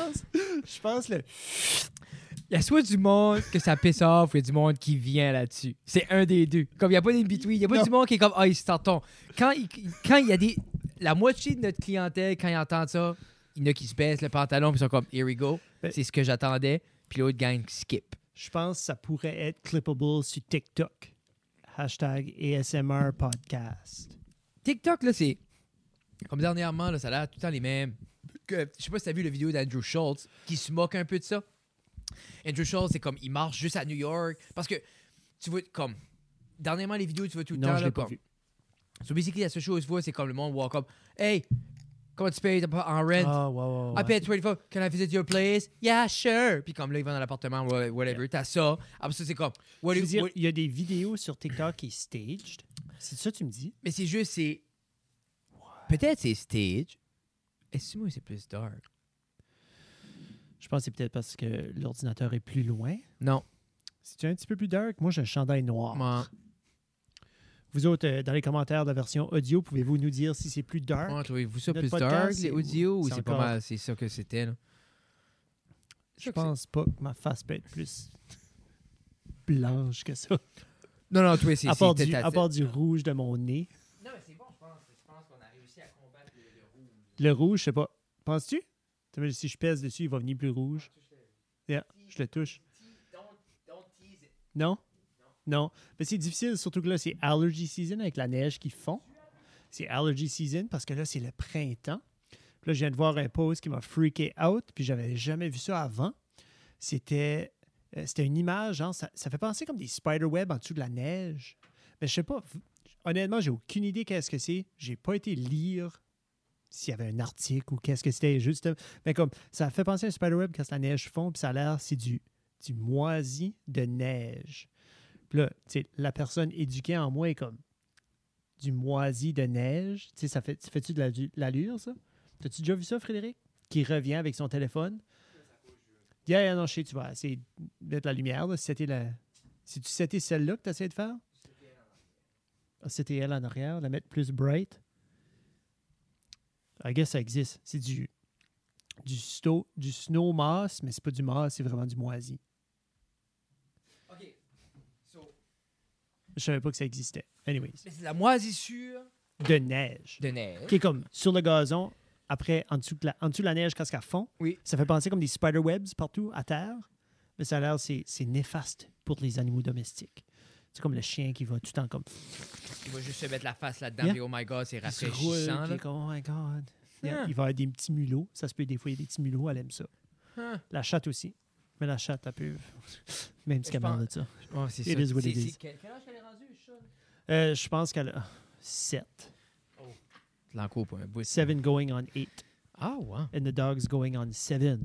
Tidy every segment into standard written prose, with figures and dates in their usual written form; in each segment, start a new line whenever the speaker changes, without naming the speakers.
Je pense le...
Il y a soit du monde que ça piss off ou il y a du monde qui vient là-dessus. C'est un des deux. Comme il n'y a pas d'in-between. Il n'y a pas du monde qui est comme il se t'entend. Quand il y a des... La moitié de notre clientèle, quand ils entendent ça, il y en a qui se baissent le pantalon puis ils sont comme here we go. C'est ce que j'attendais. Puis l'autre gang skip.
Je pense que ça pourrait être clippable sur TikTok. Hashtag ASMR Podcast.
TikTok, là, c'est... Comme dernièrement, là, ça a l'air tout le temps les mêmes. Je sais pas si t'as vu la vidéo d'Andrew Schultz qui se moque un peu de ça. Andrew Schultz, c'est comme, il marche juste à New York. Parce que, tu vois, comme, dernièrement, les vidéos, tu vois tout le temps.
Je l'ai
là,
pas
comme,
vu.
So, basically, la seule chose que tu vois, c'est comme le monde walk up. Hey, comment tu payes en rent?
Ah, ouais.
I paid $24. Can I visit your place? Yeah, sure. Puis comme là, ils vont dans l'appartement, whatever. T'as ça. Après ça, c'est comme...
Je veux dire, il y a des vidéos sur TikTok qui sont staged. C'est ça que tu me dis?
Mais c'est juste, c'est... Peut-être c'est stage. Est-ce que c'est plus dark?
Je pense que c'est peut-être parce que l'ordinateur est plus loin.
Non.
C'est un petit peu plus dark. Moi, j'ai un chandail noir.
Ouais.
Vous autres, dans les commentaires de la version audio, pouvez-vous nous dire si c'est plus dark?
Ouais, trouvez-vous ça
Notre
plus
podcast,
dark,
c'est-
les audios, ou
c'est
c'est
encore-
pas mal, c'est ça que c'était, là?
Je pense pas que ma face peut être plus blanche que ça.
Non, toi, c'est...
À part, du,
peut-être-
à part du rouge de mon nez.
Non, mais c'est bon, je pense. Je pense qu'on a réussi à combattre le rouge.
Le rouge, je sais pas. Penses-tu? Si je pèse dessus, il va venir plus rouge. Yeah, je le touche.
Don't tease it.
Non? Non. Mais c'est difficile, surtout que là, c'est allergy season avec la neige qui fond. C'est allergy season parce que là, c'est le printemps. Puis là, je viens de voir un post qui m'a freaké out, puis j'avais jamais vu ça avant. C'était une image, hein, ça fait penser comme des spiderwebs en dessous de la neige. Mais je sais pas, honnêtement, j'ai aucune idée qu'est-ce que c'est. J'ai pas été lire s'il y avait un article ou qu'est-ce que c'était juste. Mais comme, ça fait penser à un spiderweb quand la neige fond, puis ça a l'air, c'est du moisi de neige. Puis là, tu sais, la personne éduquée en moi est comme du moisi de neige. Tu sais, ça fait-tu de l'allure, ça? T'as-tu déjà vu ça, Frédéric? Qui revient avec son téléphone. Non, je sais, tu vas essayer de mettre la lumière. Là, si c'était celle-là que tu essaies de faire? C'était elle en arrière, la mettre plus bright. I guess ça existe. C'est du snow moss, mais c'est pas du moss, c'est vraiment du moisi.
OK. So,
Je savais pas que ça existait. Anyways.
mais c'est la moisissure
De neige.
de neige.
Qui est comme sur le gazon, après, en dessous de la neige, quand elle fond.
Oui.
Ça fait penser comme des spiderwebs partout à terre. Mais ça a l'air, c'est néfaste pour les animaux domestiques. C'est comme le chien qui va tout le temps comme...
Il va juste se mettre la face là-dedans,
Yeah.
puis oh my God, c'est
il se roule,
rafraîchissant.
puis il
Là.
est comme, oh my God.
Ah.
Il va y avoir des petits mulots. Ça se peut, des fois, il y a des petits mulots, elle aime ça.
Ah.
La chatte aussi. Mais la chatte, elle peut... Même si
Je
elle parle de ça.
Oh, c'est
It
ça.
is what it is.
Quel âge qu'elle est rendue, Sean?
Je pense qu'elle a 7.
L'encours pour un bout.
7 going on 8.
Ah, ouais.
And the dog's going on 7.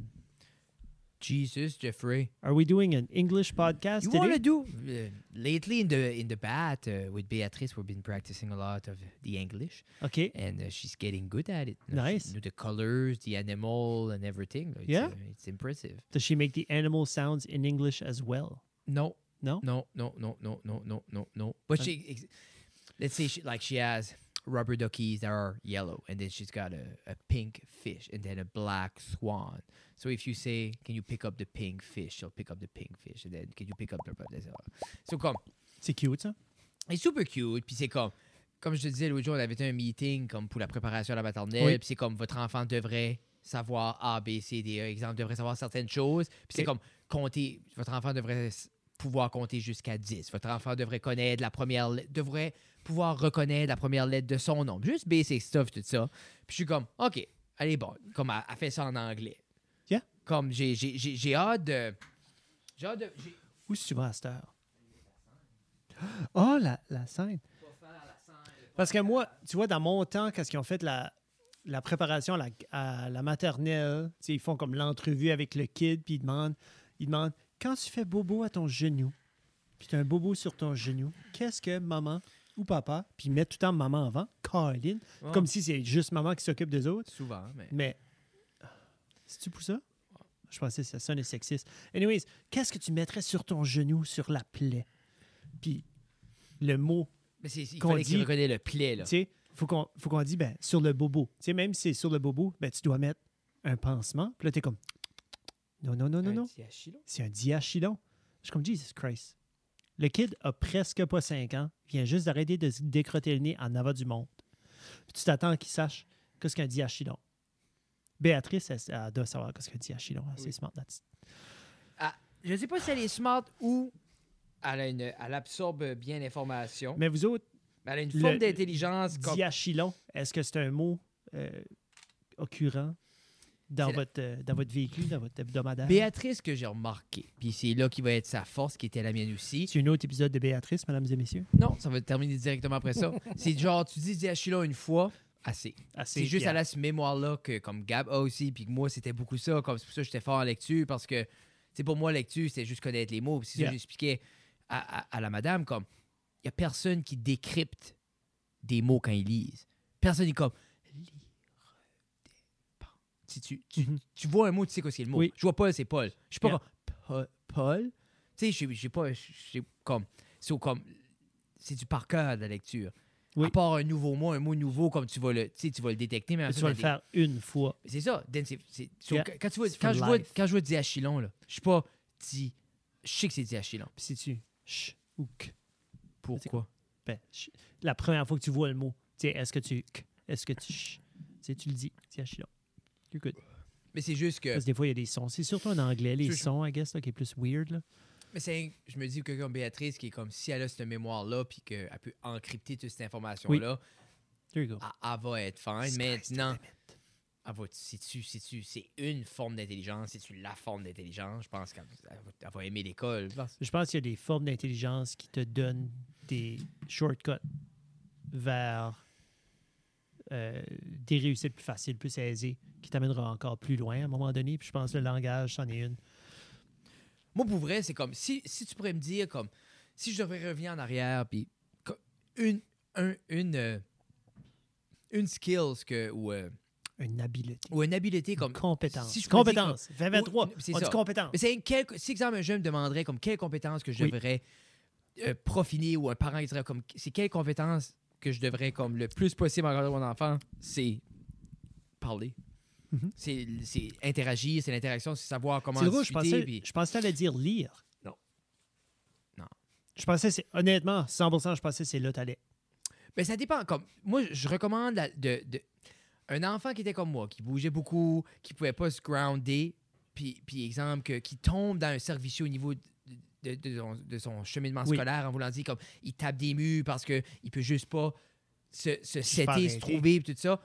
Jesus, Jeffrey.
Are we doing an English podcast
You
today?
want to do lately in the bat with Beatrice, we've been practicing a lot of the English,
OK.
and she's getting good at it.
Nice.
She knew the colors, the animal, and everything. It's,
Yeah?
It's impressive.
Does she make the animal sounds in English as well?
No,
No?
no. But let's say she has rubber duckies that are yellow, and then she's got a pink fish, and then a black swan. So if you say, can you pick up the pink fish, she'll pick up the pink fish, and then can you pick up the... So comme,
C'est cute, ça?
c'est super cute, puis c'est comme je te disais l'autre jour, on avait fait un meeting comme pour la préparation à la maternelle,
Oui.
puis c'est comme votre enfant devrait savoir A, B, C, D, E, exemple, devrait savoir certaines choses, puis c'est
Ok.
comme compter, votre enfant devrait pouvoir compter jusqu'à 10. Votre enfant devrait connaître devrait pouvoir reconnaître la première lettre de son nom. Juste basic stuff, tout ça. Puis je suis comme, OK, elle est bonne. Comme elle fait ça en anglais.
Yeah.
Comme j'ai hâte de...
Où est-ce que tu vas à cette heure? Oh, la scène. Parce que moi, tu vois, dans mon temps, quand ils ont fait la préparation à la maternelle, tu sais, ils font comme l'entrevue avec le kid, puis ils demandent, quand tu fais bobo à ton genou, puis tu as un bobo sur ton genou, qu'est-ce que maman ou papa, puis ils mettent tout le temps maman avant, Caroline,
Ouais.
comme si c'est juste maman qui s'occupe des autres.
Souvent, mais...
Mais, c'est-tu pour ça? Je pensais que ça sonnait sexiste. Anyways, qu'est-ce que tu mettrais sur ton genou, sur la plaie? Puis, le mot,
Mais il
qu'on
fallait qu'il
dit-
reconnaisse le pli, là.
tu sais, faut qu'on dise, ben, sur le bobo. Tu sais, même si c'est sur le bobo, ben, tu dois mettre un pansement. Puis là, t'es comme, Non.
Diachylon?
C'est un diachylon. Je suis comme Jesus Christ. Le kid a presque pas 5 ans, vient juste d'arrêter de se décrotter le nez en avant du monde. Puis tu t'attends qu'il sache qu'est-ce qu'un diachylon. Béatrice, elle doit savoir qu'est-ce qu'un diachylon. C'est smart là-dessus.
Je ne sais pas si elle est smart ou elle absorbe bien l'information.
Mais vous autres,
Elle a une forme d'intelligence.
Diachylon, est-ce que c'est un mot occurrent dans votre véhicule, dans votre hebdomadaire?
Béatrice, que j'ai remarqué, puis c'est là qui va être sa force, qui était la mienne aussi.
C'est un autre épisode de Béatrice, mesdames et messieurs?
Non, ça va terminer directement après ça. C'est genre, tu dis diachylon une fois, assez. C'est juste à la mémoire-là que, comme Gab a aussi, puis que moi, c'était beaucoup ça. Comme c'est pour ça que j'étais fort en lecture, parce que, pour moi, lecture, c'était juste connaître les mots. Puis c'est ça que j'expliquais à la madame, comme, il n'y a personne qui décrypte des mots quand ils lisent. Personne n'est comme, lire des pensées. Si tu vois un mot, tu sais quoi c'est le mot.
Oui.
Je vois Paul, c'est Paul. Je suis pas comme, Paul. Tu sais, j'ai pas, comme, c'est du par cœur de la lecture.
Oui.
À part un nouveau mot, un mot nouveau, comme tu vas le détecter. Mais
tu vas le faire une fois.
C'est ça. Quand je vois diachylon, là, je suis pas dit. Je sais que c'est diachylon.
Puis si tu ch ou k.
Pourquoi?
Ben, la première fois que tu vois le mot, est-ce que tu k, est-ce que tu ch, tu le dis, diachylon. You're good.
Mais c'est juste que.
Parce que des fois, il y a des sons. C'est surtout en anglais, les sons, I guess, là, qui est plus weird. Là.
Mais je me dis que comme Béatrice, qui est comme si elle a cette mémoire-là, puis qu'elle peut encrypter toute cette information-là,
There you go.
Elle va être fine. Maintenant, c'est une forme d'intelligence, c'est-tu la forme d'intelligence? Je pense qu'elle va aimer l'école.
Je pense qu'il y a des formes d'intelligence qui te donnent des shortcuts vers des réussites plus faciles, plus aisées, qui t'amènera encore plus loin à un moment donné. Puis je pense que le langage, c'en est une.
Moi, pour vrai, c'est comme, si tu pourrais me dire, comme, si je devrais revenir en arrière, puis une skills ou
une habileté.
Ou une habileté comme...
Compétence.
Si
compétence. 2023. On dit compétence.
Mais si, exemple, un jeune me demanderait comme quelle compétence que je devrais profiner, ou un parent qui dirait comme, c'est quelle compétence que je devrais comme le plus possible encadrer mon enfant, c'est parler.
Mm-hmm.
C'est interagir, c'est l'interaction, c'est savoir comment
discuter. Je pensais que tu allais dire lire.
Non.
Je pensais, honnêtement, 100%, je pensais que c'est là que tu allais.
Mais ça dépend. Comme, moi, je recommande un enfant qui était comme moi, qui bougeait beaucoup, qui pouvait pas se grounder, puis exemple, qui tombe dans un cercle vicieux au niveau de son cheminement scolaire, en voulant dire comme il tape des murs parce qu'il peut juste pas se setter, se trouver, puis tout ça.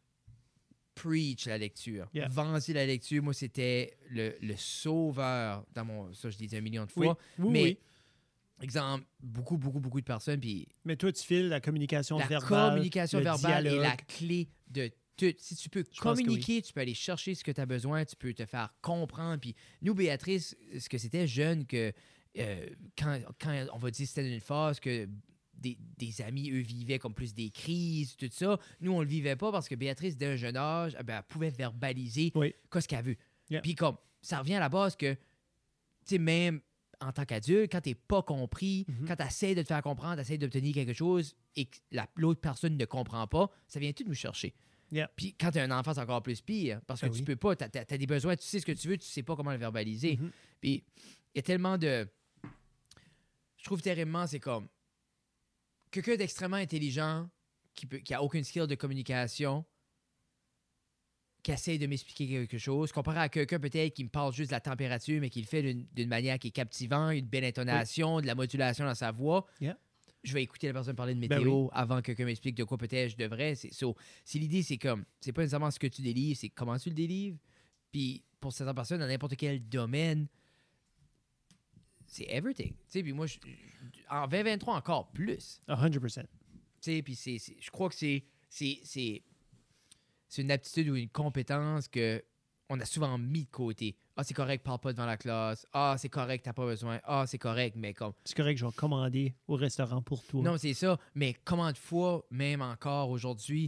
Preach la lecture.
Yeah.
Vends-y la lecture. Moi, c'était le sauveur dans mon... Ça, je l'ai dit 1 million de fois.
Oui.
Exemple, beaucoup de personnes, puis...
Mais toi, tu files la communication verbale.
La communication verbale
dialogue.
est la clé de tout. Si tu peux communiquer, tu peux aller chercher ce que tu as besoin, tu peux te faire comprendre. Puis nous, Béatrice, ce que c'était jeune, que quand on va dire c'était une phase que des amis, eux, vivaient comme plus des crises, tout ça. Nous, on le vivait pas parce que Béatrice, dès un jeune âge, elle pouvait verbaliser ce qu'elle veut.
Yeah.
Puis comme, ça revient à la base que, tu sais, même en tant qu'adulte, quand t'es pas compris, quand t'essaies de te faire comprendre, t'essaies d'obtenir quelque chose et que l'autre personne ne comprend pas, ça vient tout nous chercher.
Yeah.
Puis quand t'as un enfant, c'est encore plus pire parce que tu peux pas, t'as des besoins, tu sais ce que tu veux, tu sais pas comment le verbaliser. Puis il y a tellement de... Je trouve terriblement, c'est comme quelqu'un d'extrêmement intelligent qui a aucune skill de communication, qui essaie de m'expliquer quelque chose, comparé à quelqu'un peut-être qui me parle juste de la température, mais qui le fait d'une manière qui est captivante, une belle intonation, de la modulation dans sa voix.
Yeah.
Je vais écouter la personne parler de météo avant que quelqu'un m'explique de quoi peut-être je devrais. Si l'idée, c'est comme, c'est pas nécessairement ce que tu délivres, c'est comment tu le délivres. Puis pour certaines personnes, dans n'importe quel domaine, c'est everything. Tu sais, puis moi, en 2023, encore plus.
100%.
Tu sais, puis je crois que c'est une aptitude ou une compétence qu'on a souvent mis de côté. Ah, c'est correct, parle pas devant la classe. Ah, c'est correct, t'as pas besoin. Ah, c'est correct, mais comme...
C'est correct, je vais commander au restaurant pour toi.
Non, c'est ça. Mais combien de fois, même encore aujourd'hui,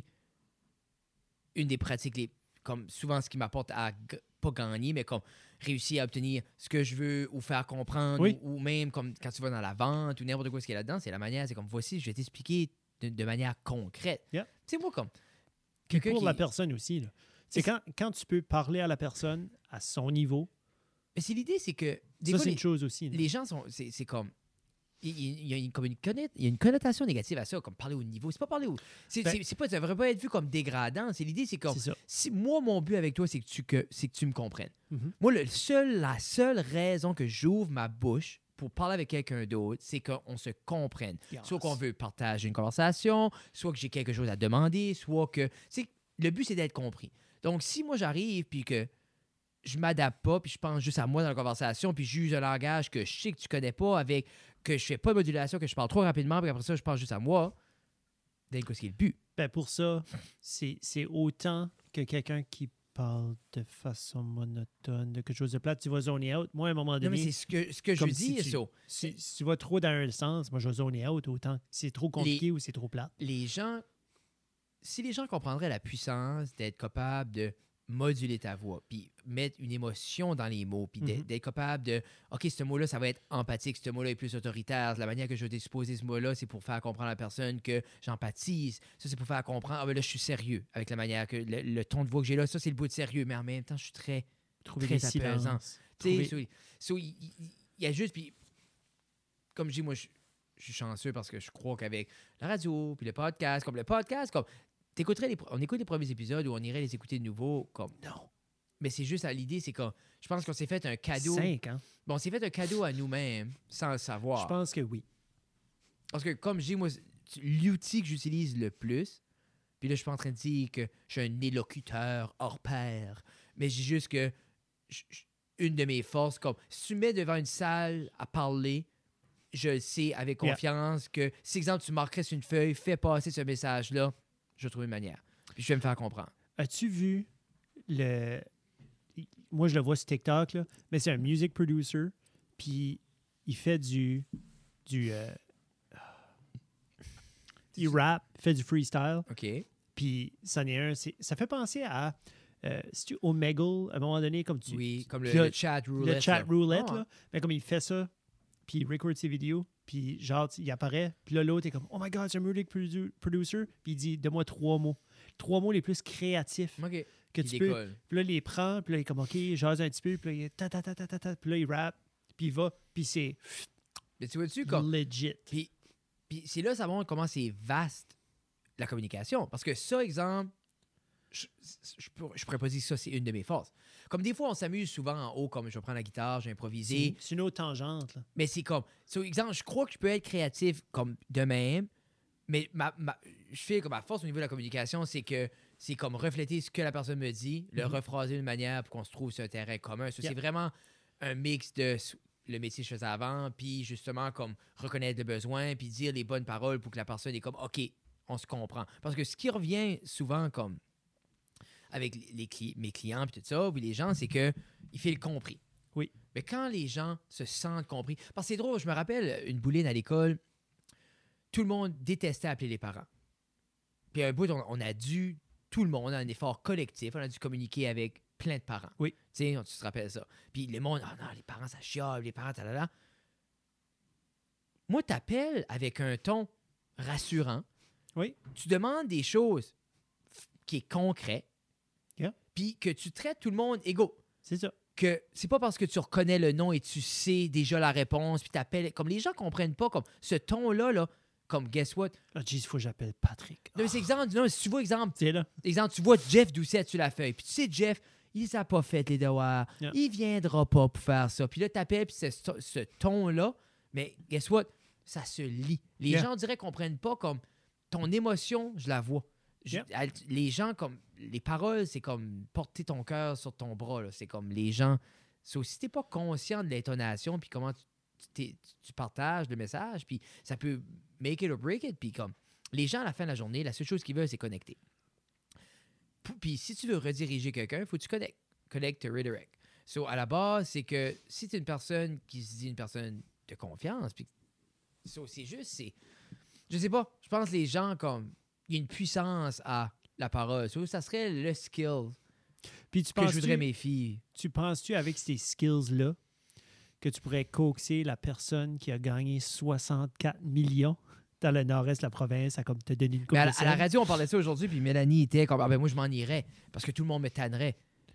une des pratiques, comme souvent ce qui m'apporte à pas gagner, mais comme réussir à obtenir ce que je veux ou faire comprendre, ou même comme quand tu vas dans la vente ou n'importe quoi ce qu'il y a là-dedans, c'est la manière, c'est comme voici, je vais t'expliquer de manière concrète.
Yeah.
Tu sais, moi, comme...
Pour la personne aussi, là. C'est quand tu peux parler à la personne à son niveau,
Mais c'est l'idée, c'est que des
Ça,
fois,
c'est une chose aussi.
les gens sont. C'est comme. Il y a une connotation négative à ça, comme parler au niveau. C'est pas parler au. Ça devrait pas être vu comme dégradant. C'est l'idée, c'est comme.
C'est ça.
Si moi, mon but avec toi, c'est que tu me comprennes.
Mhm.
Moi, la seule raison que j'ouvre ma bouche pour parler avec quelqu'un d'autre, c'est qu'on se comprenne.
Yes.
Soit qu'on veut partager une conversation, soit que j'ai quelque chose à demander, soit que. Le but, c'est d'être compris. Donc, si moi, j'arrive, puis que je m'adapte pas, puis je pense juste à moi dans la conversation, puis j'use un langage que je sais que tu connais pas, avec que je fais pas de modulation, que je parle trop rapidement, puis après ça, je pense juste à moi, d'un coup, ce qui est le but.
Ben pour ça, c'est autant que quelqu'un qui parle de façon monotone, de quelque chose de plate, tu vas zoner out. Moi, à un moment donné...
Non, mais c'est ce que je
comme
dis,
si
ça.
si tu vas trop dans un sens, moi, je vais zoner out autant. C'est trop compliqué ou c'est trop plate.
Si les gens comprendraient la puissance d'être capable de moduler ta voix, puis mettre une émotion dans les mots, puis d'être capable de, OK, ce mot-là, ça va être empathique, ce mot-là est plus autoritaire, la manière que je vais disposer ce mot-là, c'est pour faire comprendre à la personne que j'empathise, ça, c'est pour faire comprendre, ah ben là, je suis sérieux avec la manière que, le ton de voix que j'ai là, ça, c'est le bout de sérieux, mais en même temps, je suis très apaisant. Tu sais, il y a juste, puis comme je dis, moi, je suis chanceux parce que je crois qu'avec la radio, puis le podcast, comme on écoute les premiers épisodes ou on irait les écouter de nouveau, comme non. Mais c'est juste à l'idée, c'est que je pense qu'on s'est fait un cadeau.
5 ans.
Bon, on s'est fait un cadeau à nous-mêmes sans le savoir.
Je pense que oui.
Parce que comme je dis, moi, l'outil que j'utilise le plus, puis là, je suis pas en train de dire que je suis un élocuteur hors pair, mais je dis juste que une de mes forces, comme si tu me mets devant une salle à parler, je sais avec confiance que si, exemple, tu marquerais sur une feuille, fais passer ce message-là, je vais trouver une manière. Puis je vais me faire comprendre.
As-tu vu le... Moi, je le vois sur TikTok, là, mais c'est un music producer, puis il fait il rap, il fait du freestyle.
OK.
Puis ça fait penser à... c'est-tu Omegle, à un moment donné, comme tu...
Oui, comme le chat roulette.
Le chat roulette,
Oh,
là. Mais comme il fait ça, puis il record ses vidéos, puis genre, il apparaît, puis là, l'autre est comme « Oh my God, c'est un music producer », puis il dit « Donne-moi 3 mots. 3 mots les plus créatifs
OK.
que tu peux. » Puis là, il les prend, puis là, il est comme « OK, jase un petit peu », puis là, il est ta-ta-ta-ta-ta, puis là, il rappe, puis il va, puis c'est
Mais tu vois-tu, comme...
legit.
Puis c'est là, ça montre comment c'est vaste, la communication. Parce que ça, exemple, je pourrais pas dire que ça, c'est une de mes forces. Comme des fois, on s'amuse souvent en haut, comme je vais prendre la guitare, j'ai improvisé.
C'est une autre tangente, là.
Mais c'est comme... exemple, je crois que je peux être créatif comme de même, mais je fais comme ma force au niveau de la communication, c'est que c'est comme refléter ce que la personne me dit, le rephraser d'une manière pour qu'on se trouve sur un terrain commun. Ça, c'est vraiment un mix de le métier que je faisais avant, puis justement comme reconnaître le besoin, puis dire les bonnes paroles pour que la personne est comme « OK, on se comprend ». Parce que ce qui revient souvent comme avec mes clients puis tout ça, puis les gens, c'est qu'ils font le compris.
Oui.
Mais quand les gens se sentent compris... Parce que c'est drôle, je me rappelle une bouline à l'école, tout le monde détestait appeler les parents. Puis à un bout, on a dû, tout le monde, un effort collectif, on a dû communiquer avec plein de parents.
Oui.
Tu sais, tu te rappelles ça. Puis le monde, ah non, les parents, ça chiale, les parents, talala. Moi, t'appelles avec un ton rassurant.
Oui.
Tu demandes des choses qui est concret.
Yeah.
Puis que tu traites tout le monde égaux.
C'est ça.
Que c'est pas parce que tu reconnais le nom et tu sais déjà la réponse, puis t'appelles. Comme les gens comprennent pas, comme ce ton-là, là, comme guess what?
Ah, jeez, il faut que j'appelle Patrick.
Non, mais c'est exemple, non, si tu vois exemple,
C'est là.
tu vois Jeff Doucette sur la feuille, puis tu sais, Jeff, il les a pas fait les devoirs,
Yeah.
il viendra pas pour faire ça. Puis là, t'appelles, puis ce ton-là, mais guess what? Ça se lit. Les gens, on dirait, comprennent pas comme ton émotion, je la vois. Les gens, comme les paroles, c'est comme porter ton cœur sur ton bras. Là. C'est comme les gens. So, si t'es pas conscient de l'intonation, puis comment tu partages le message, puis ça peut make it or break it. Puis comme les gens, à la fin de la journée, la seule chose qu'ils veulent, c'est connecter. Puis si tu veux rediriger quelqu'un, il faut que tu connectes. Connect to redirect. So, à la base, c'est que si tu es une personne qui se dit une personne de confiance, puis c'est juste, je sais pas, je pense que les gens, comme, il y a une puissance à la parole. So, ça serait le skill
Puis tu
que je voudrais mes filles.
Tu penses-tu, avec ces skills-là, que tu pourrais coaxer la personne qui a gagné 64 millions dans le nord-est de la province à comme te donner une coupe
Mais
de
à la radio, on parlait de ça aujourd'hui, puis Mélanie était comme, ah ben moi, je m'en irais, parce que tout le monde me tannerait.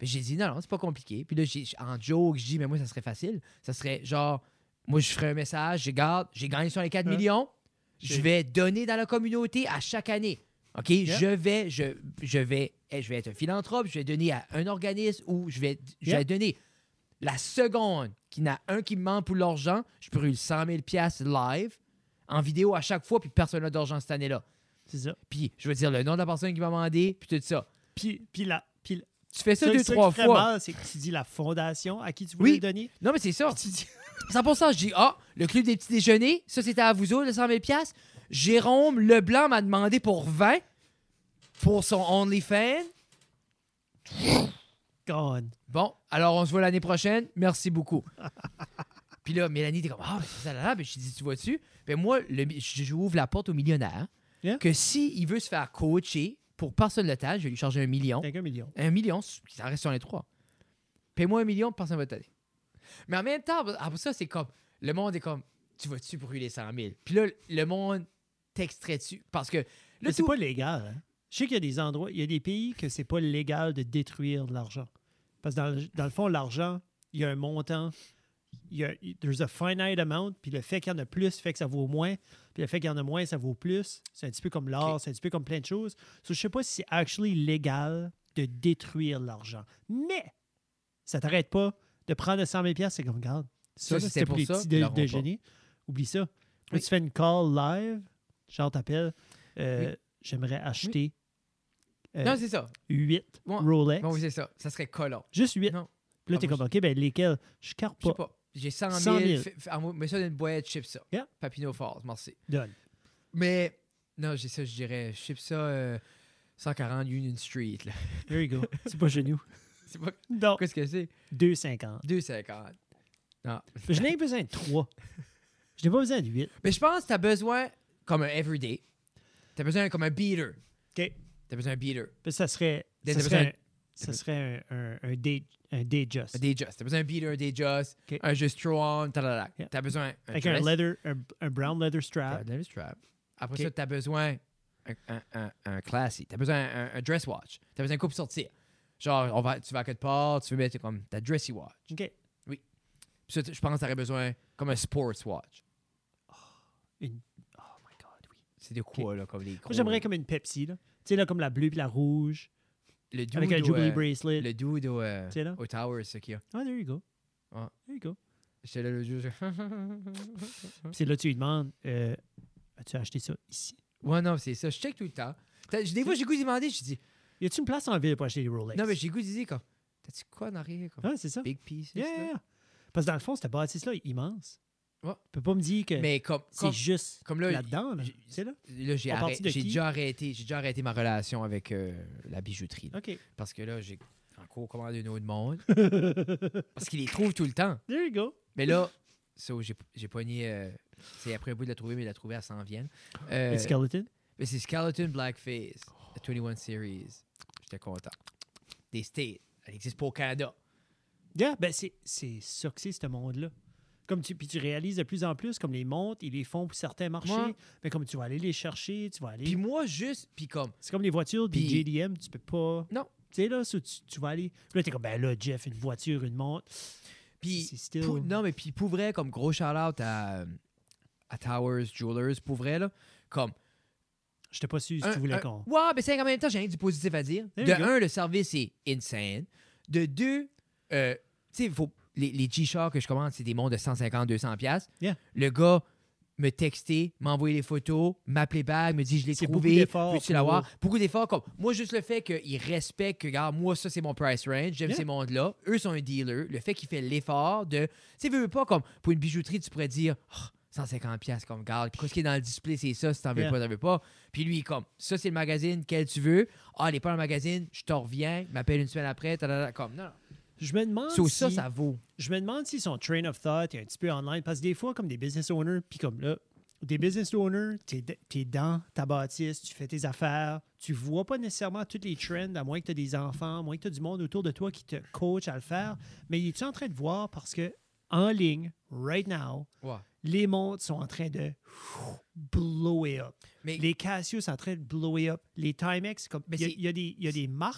Puis j'ai dit, non, c'est pas compliqué. Puis là, en joke, je dis, mais moi, ça serait facile. Ça serait genre, moi, je ferais un message, j'ai gagné sur les 4 millions, je vais donner dans la communauté à chaque année. OK? Je vais être un philanthrope, je vais donner à un organisme ou je vais donner. La seconde qu'il y en a un qui me demande pour l'argent, je peux brûler 100 000 $ live en vidéo à chaque fois, puis personne n'a d'argent cette année-là.
C'est ça.
Puis je veux dire le nom de la personne qui m'a demandé, puis tout ça.
Puis
Tu fais ça 2-3
fois.
fois.
C'est que tu dis la fondation à qui tu voulais le donner.
Non, mais c'est ça.
Tu dis...
100%, je dis, le club des petits déjeuners, ça c'était à vous autres, le 100 000 $. Jérôme Leblanc m'a demandé pour 20 pour son OnlyFans.
Gone.
Bon, alors on se voit l'année prochaine. Merci beaucoup. Puis là, Mélanie était comme, c'est ça là. Puis je dis, tu vois-tu? Puis moi, j'ouvre la porte au millionnaire que s'il veut se faire coacher pour personne le temps, je vais lui charger 1 million.
Avec 1 million.
1 million, ça reste sur les 3. Paye-moi 1 million, personne ne va t'aider. Mais en même temps, après ça, c'est comme, le monde est comme, tu vas-tu brûler 100 000? Puis là, le monde t'extrait dessus. Parce que.
Mais c'est pas légal, hein? Je sais qu'il y a des endroits, il y a des pays que c'est pas légal de détruire de l'argent. Parce que dans le fond, l'argent, il y a un montant, there's a finite amount, puis le fait qu'il y en a plus fait que ça vaut moins, puis le fait qu'il y en a moins, ça vaut plus. C'est un petit peu comme l'or, c'est un petit peu comme plein de choses. So, je sais pas si c'est actually légal de détruire l'argent. Mais ça t'arrête pas de prendre 100 000 $, c'est comme, regarde, ça c'était pour les petits déjeuners. Oublie ça. Là, tu fais une call live, genre t'appelles, j'aimerais acheter...
non, c'est ça.
8 Rolex.
Bon, oui, c'est ça. Ça serait collant.
Juste 8.
Non.
Puis là, t'es comme, OK, ben lesquels? Je carte pas.
Je sais pas. J'ai 100 000. Mets ça dans une boîte, ship ça.
Yeah.
Papineau Falls, merci.
Donne.
Mais, non, j'ai ça, je dirais, ship ça 140 Union Street. Là.
There you go. C'est pas chez nous.
C'est pas...
Non.
Qu'est-ce que c'est?
2,50.
2,50. Non.
Je n'ai pas besoin de 3. Je n'ai pas besoin de 8.
Mais je pense que t'as besoin comme un everyday. T'as besoin comme un beater.
OK.
T'as besoin d'un beater.
Puis ça serait un day just.
Un day just. T'as besoin d'un beater, un day just, un just strong,
Yeah.
T'as besoin
avec un brown leather strap.
Un leather strap. Après ça, t'as besoin un classy. T'as besoin un dress watch. T'as besoin d'un coupe sortir. Genre, tu vas à quelque part, tu veux mettre comme ta dressy watch.
OK.
Oui. Puis ça, je pense que t'aurais besoin comme un sports watch.
Oh my God, oui.
C'est de quoi, là, comme les gros...
Moi, j'aimerais comme une Pepsi, là. Tu sais, là, comme la bleue puis la rouge.
Le dude
avec un Jubilee bracelet.
Le dude au Tower, c'est ça qu'il y a.
Ah, there you go.
Ah.
There you go.
J'étais là le jour.
C'est là que tu lui demandes, as-tu acheté ça ici?
Ouais, non, c'est ça. Je check tout le temps. Des fois, j'ai goût d'y demander, je dis...
Y a-tu une place en ville pour acheter des Rolex?
Non, mais j'ai goût d'y dire, comme... T'as-tu quoi en arrière? Comme,
ah, c'est ça.
Big piece.
Yeah. Parce que dans le fond, cette bâtisse-là est immense.
Ouais.
Tu peux pas me dire que c'est juste
comme là,
là-dedans. Là. C'est là?
Là, j'ai déjà arrêté ma relation avec la bijouterie. Là.
OK.
Parce que là, j'ai encore commandé un autre monde. Parce qu'il les trouve tout le temps.
There you go.
Mais là, j'ai pogné... c'est après un bout de la trouver, mais il l'a trouvé à 100 Viennes.
Skeleton?
Mais c'est Skeleton Blackface, la 21 Series. J'étais content. Des States. Elle existe pas au Canada.
Yeah, ben c'est ça que c'est, ce monde-là. Puis tu réalises de plus en plus, comme les montres, ils les font pour certains marchés, mais comme tu vas aller les chercher, tu vas aller...
Puis moi, juste, puis comme...
C'est comme les voitures des JDM, tu peux pas...
Non.
Tu sais, là, tu vas aller... Là, t'es comme, ben là, Jeff, une voiture, une montre...
Puis,
c'est still...
non, mais puis pour vrai, comme gros shout-out à Towers Jewelers, pour vrai, là, comme...
Je t'ai pas su si tu voulais qu'on...
Ouais, mais c'est en même temps, j'ai rien du positif à dire. De un, le service est insane. De deux, tu sais, il faut... Les G-Shock que je commande, c'est des montres de 150-200$.
Yeah.
Le gars me textait, m'envoyait des photos, m'appelait back, me dit je l'ai trouvé,
beaucoup d'efforts
peux-tu l'avoir? Beaucoup d'efforts. Comme moi, juste le fait qu'il respecte que, regarde, moi, ça, c'est mon price range, j'aime ces montres-là. Eux sont un dealer. Le fait qu'il fait l'effort de. Tu sais, veux pas comme pour une bijouterie, tu pourrais dire 150$, comme, regarde, qu'est-ce qui est dans le display, c'est ça, si t'en veux pas, t'en veux pas. Puis lui, comme, ça, c'est le magazine, quel tu veux. Ah, il n'est pas dans le magazine, je te reviens, m'appelle une semaine après, comme, non.
Je me demande
ça vaut.
Je me demande si son train of thought est un petit peu online. Parce que des fois, comme des business owners, puis comme là, des business owners, t'es dans ta bâtisse, tu fais tes affaires, tu vois pas nécessairement tous les trends, à moins que tu aies des enfants, à moins que tu aies du monde autour de toi qui te coach à le faire. Mais es-tu en train de voir parce que en ligne, right now, les montres sont en train de blower up. Mais les Casio sont en train de blower up. Les Timex, comme il y a des marques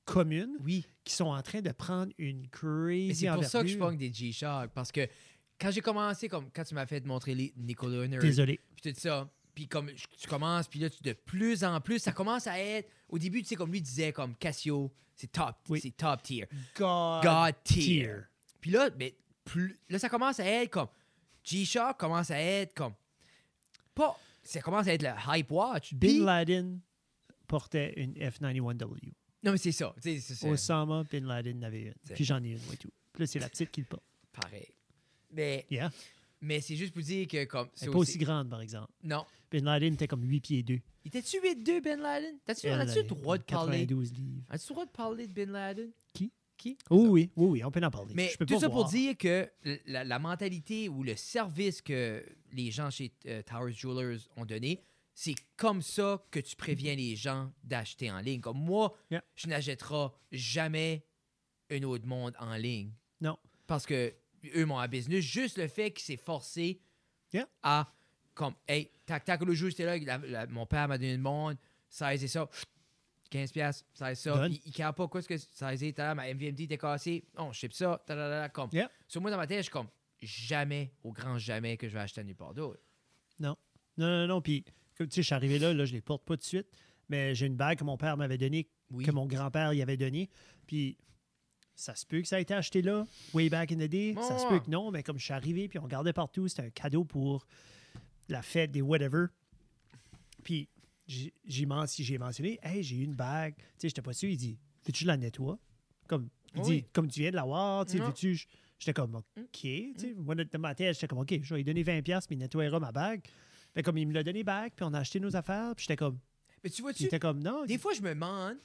communes
Oui.
qui sont en train de prendre une
Mais
crazy
c'est pour ça que je
envergure.
pogne des G-Shock. Parce que quand j'ai commencé, comme quand tu m'as fait montrer les Nicolas Nerd,
Désolé.
puis tout ça, puis comme tu commences, puis là, de plus en plus, ça commence à être... Au début, tu sais, comme lui disait, comme Casio, c'est top tier. God tier. Puis là, mais là, ça commence à être comme... G-Shock commence à être comme... Pas... Ça commence à être le hype watch.
Bin
Puis-
Laden portait une F91W.
Non, mais c'est ça. C'est ça.
Osama Bin Laden en avait une.
C'est-
Puis j'en ai une, moi, et tout. Puis là, c'est la petite qui le porte.
Pareil. Mais,
Yeah.
mais c'est juste pour dire que comme...
Elle n'est pas aussi grande, par exemple.
Non.
Bin Laden était comme 8 pieds 2.
Il était-tu 8-2, Ben Laden? As-tu le droit de parler?
92 livres.
As-tu le droit de parler de Bin Laden?
Qui?
Qui?
Oui, on peut en parler.
Mais
je peux
tout
pas
ça pour
voir.
dire que la mentalité ou le service que les gens chez Towers Jewelers ont donné, c'est comme ça que tu préviens les gens d'acheter en ligne. Comme moi,
Yeah.
je n'achèterai jamais un autre monde en ligne.
Non.
Parce que eux m'ont à business. Juste le fait qu'il s'est forcé
Yeah.
à, comme, hey, tac, le jour, j'étais là, mon père m'a donné le monde, ça et ça. 15$, ça et ça.
Done.
Il ne care pas quoi ce que ça et ça. Ma MVMD était cassée. On ship ça. Comme.
Yeah.
Sur moi, dans ma tête, je suis comme, jamais, au grand jamais, que je vais acheter nulle part d'autre.
Non. Puis, comme tu sais, je suis arrivé là, je les porte pas tout de suite. Mais j'ai une bague que mon père m'avait donnée,
Oui.
que mon grand-père y avait donnée. Puis, ça se peut que ça a été acheté là, way back in the day. Ça se peut que non, mais comme je suis arrivé, puis on regardait partout, c'était un cadeau pour la fête des whatever. Puis, j'ai mentionné, hey, j'ai eu une bague. Tu sais, j'étais pas sûr. Il dit, veux-tu que je la nettoie? Comme, il
Oui.
dit, comme tu viens de l'avoir, tu sais,
Non.
veux-tu. J'étais comme, OK. Tu sais, moi, dans ma tête, j'étais comme, OK, je vais lui donner 20$, puis il nettoiera ma bague. Fait comme, il me l'a donné bague, puis on a acheté nos affaires, puis j'étais comme,
Mais tu
il
vois-tu,
était comme, non.
des fois, je me demande,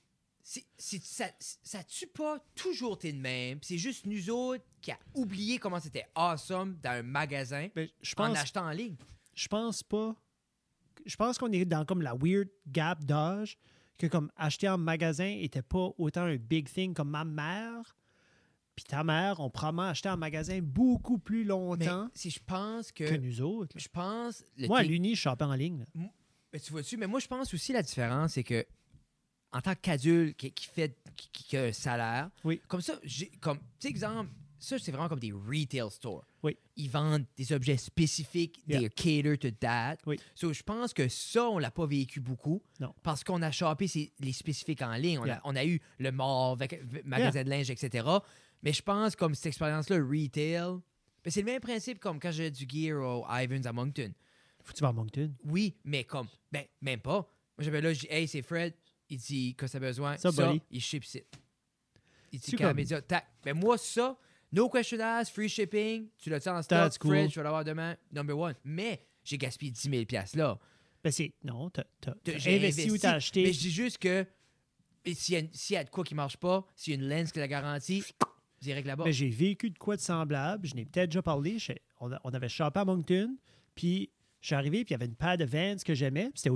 ça tue pas toujours été de même. C'est juste nous autres qui a oublié comment c'était awesome dans un magasin
Ben, je
en
pense,
achetant en ligne.
je pense pas. Je pense qu'on est dans comme la weird gap d'âge que comme acheter en magasin était pas autant un big thing comme ma mère. Puis ta mère ont probablement acheté en magasin beaucoup plus
Mais
longtemps
si je pense
que
que...
nous autres. là.
Je pense...
Moi, à l'Uni, je shoppais en ligne. là.
Mais tu vois-tu, mais moi, je pense aussi la différence, c'est que en tant qu'adulte qui a un salaire,
Oui.
comme ça, comme, tu sais, exemple, ça, c'est vraiment comme des retail stores.
Oui.
Ils vendent des objets spécifiques,
Yeah.
they cater to that.
Oui.
So, je pense que ça, on l'a pas vécu beaucoup.
Non.
Parce qu'on a shoppé les spécifiques en ligne.
Yeah.
On a eu le mall, magasin de linge, etc. Mais je pense comme cette expérience-là, retail, ben, c'est le même principe comme quand j'ai du gear au Ivans à Moncton.
Faut que tu vas à Moncton.
Oui, mais comme, ben, même pas. Moi, j'avais là, je dis, hey, c'est Fred. Il dit, que ça a besoin.
Ça, buddy.
il ship it. Il dit,
C'est
quand
comme-
média, tac. Ben, moi, ça, no question asked, free shipping, tu l'as-tu en stock,
That's cool.
Fred, je vais l'avoir demain, number one. Mais, j'ai gaspillé 10 000 là.
Ben c'est. Non, t'as
J'ai
investi ou t'as acheté.
Mais je dis juste que, s'il y a de quoi qui marche pas, s'il y a une lens qui la garantie, direct là-bas.
Ben, j'ai vécu de quoi de semblable. Je n'ai peut-être déjà parlé. On avait shoppé à Moncton. Puis je suis arrivé, puis il y avait une paire de Vans que j'aimais. Puis c'était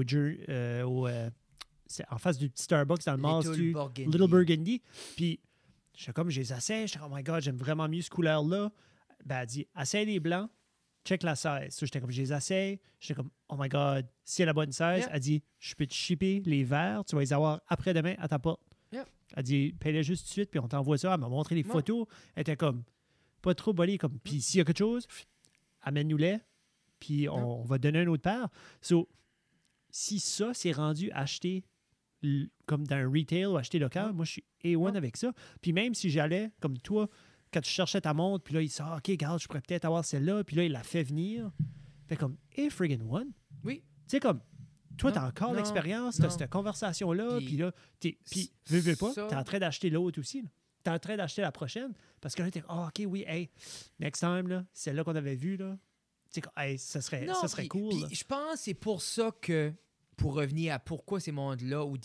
c'est en face du petit Starbucks dans le mall.
Little Burgundy.
Little Burgundy. Puis j'étais comme, je les essaie. J'étais comme, oh my God, j'aime vraiment mieux ce couleur-là. Ben, elle dit, essaye les blancs, check la 16. So, j'étais comme, je les essaye. J'étais comme, oh my God, si elle a la bonne 16,
Yeah.
elle dit, je peux te shipper les verts. Tu vas les avoir après-demain à ta porte.
Yeah.
Elle dit, paye-les juste tout de suite, puis on t'envoie ça. Elle m'a montré les
Ouais.
photos. Elle était comme, pas trop bolée. Comme, puis s'il y a quelque chose, amène-nous-les, puis on va te donner un autre paire. So, si ça, c'est rendu acheter comme dans un retail ou acheter local,
Ouais.
moi, je suis A1
Ouais.
avec ça. Puis même si j'allais, comme toi, quand tu cherchais ta montre, puis là, il dit, OK, regarde, je pourrais peut-être avoir celle-là, puis là, il la fait venir. Fait comme, friggin' one.
Oui.
Tu sais, comme, toi,
Non,
t'as encore
non,
l'expérience, t'as
non.
cette conversation-là,
Puis-
puis là, puis, veux pas,
ça-
t'es en train d'acheter l'autre aussi. T'es en train d'acheter la prochaine, parce que là, t'es, OK, oui, hey, next time, là, celle-là qu'on avait vue, là, tu sais, hey, ça serait
puis-
cool.
puis
là.
je pense que c'est pour ça que, pour revenir à pourquoi ces mondes-là, ou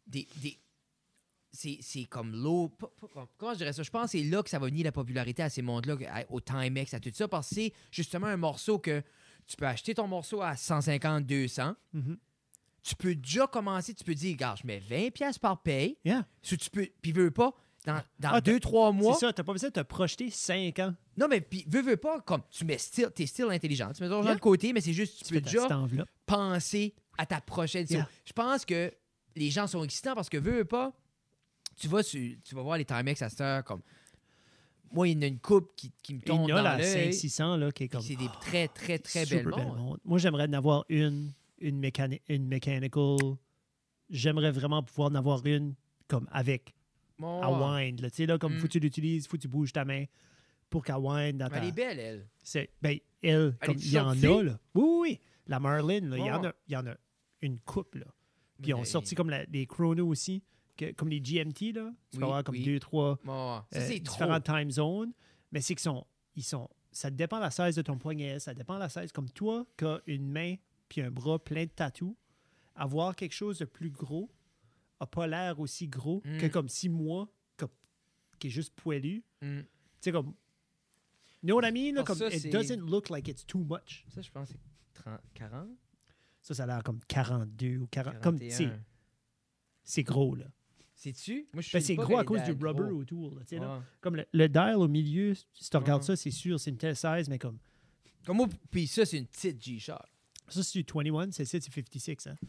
c'est comme l'eau. Comment je dirais ça? Je pense que c'est là que ça va venir la popularité à ces mondes-là, au Timex, à tout ça, parce que c'est justement un morceau que tu peux acheter ton morceau à 150, 200.
Mhm.
Tu peux déjà commencer, tu peux dire, regarde, je mets 20$ par paye.
Yeah.
Tu peux, puis veux pas, dans
Ah,
2-3 mois.
C'est ça, t'as pas besoin de te projeter 5 ans.
Non, mais puis veux pas, comme tu mets t'es still intelligent. Tu mets ton argent
Yeah.
de côté, mais c'est juste, tu
Tu
peux
fais ta
déjà
petite enveloppe.
penser à ta prochaine.
Yeah.
Je pense que les gens sont excitants parce que veux pas, tu vas voir les Timex à cette heure, comme... Moi, il y en a une coupe qui me tombe
Il y en a
dans
la
l'œil.
500-600 là, qui est comme...
C'est des très, très, très
super
belles montres.
Moi, j'aimerais en avoir une mechanical. J'aimerais vraiment pouvoir en avoir une comme avec
Bon,
à wind. Tu sais, là, comme
Mm.
faut que tu l'utilises, faut que tu bouges ta main pour qu'elle wind dans
Mais
ta...
elle est belle, elle.
Elle,
Elle
comme
est
il y en
surfée?
a, là. Oui, oui, oui. La Marlin, là,
Ouais.
il y en a une coupe, là. Puis ils ont
Mais-
sorti comme les chronos aussi, comme les GMT, là. Tu peux
Oui,
avoir comme
oui.
2, 3
Bon, ça, c'est trop.
différentes time zones. Mais c'est qu'ils sont... Ça dépend de la size de ton poignet, ça dépend de la size. Comme toi, qui as une main puis un bras plein de tatous, avoir quelque chose de plus gros n'a pas l'air aussi gros que comme 6 mois qui est juste poilu.
Mm.
Tu sais, comme... You know what I mean? Là,
Ah,
comme,
ça,
it
c'est-
doesn't look like it's too much.
Ça, je pense que c'est 30, 40?
Ça a l'air comme 42 ou 40. Comme,
41.
c'est gros, là.
C'est-tu? Moi, je
Ben,
sais
c'est
pas
gros à
qu'elle
cause
est
du
dans le
rubber
gros.
autour. Là, tu sais, là.
Ouais.
Comme le dial au milieu, si tu regardes
Ouais.
ça, c'est sûr, c'est une telle size, mais comme...
Comme moi, puis ça, c'est une petite G-Shock.
Ça, c'est du 21, c'est 56. Hein.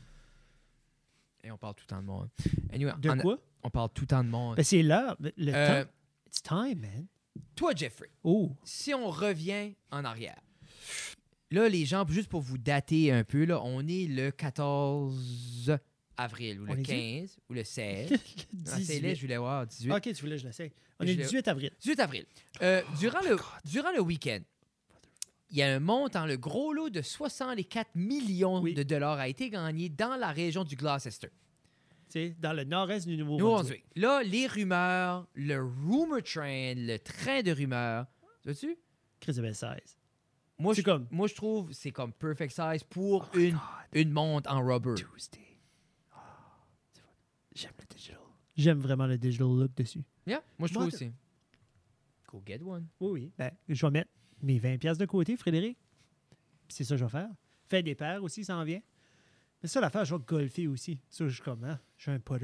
Et on parle tout le temps de monde. Anyway,
De quoi?
on parle tout le temps de monde.
Ben, c'est là. Le
Euh,
temps. It's time, man.
Toi, Jeffrey,
Oh.
si on revient en arrière, là, les gens, juste pour vous dater un peu, là, on est le 14 avril, ou
On
le
est
15, ou le 16. Ah, c'est là,
18.
je voulais voir, 18.
OK, tu voulais que je l'essaye. On
Je
est le
l'ai-
18 avril.
18 avril. Durant le week-end, il y a un montant, le gros lot de 64 millions
Oui.
de dollars a été gagné dans la région du Gloucester.
Tu sais, dans le nord-est du
Nouveau-Brunswick.
Nouveau-Brunswick.
Là, les rumeurs, le rumor train, le train de rumeurs, vois-tu?
Chris de belle size.
Moi,
C'est
je,
comme-
moi, je trouve que c'est comme perfect size
Oh
pour une montre en rubber.
Tuesday. C'est fun. J'aime le digital. J'aime vraiment le digital look dessus.
Yeah, moi, je
Moi,
trouve aussi. Go get one.
Oui, oui. Ben, je vais mettre mes 20$ de côté, Frédéric. Puis c'est ça que je vais faire. Faire des paires aussi, ça en vient. Mais ça, l'affaire, je vais golfer aussi. Ça, je suis comme, hein, je suis un putter.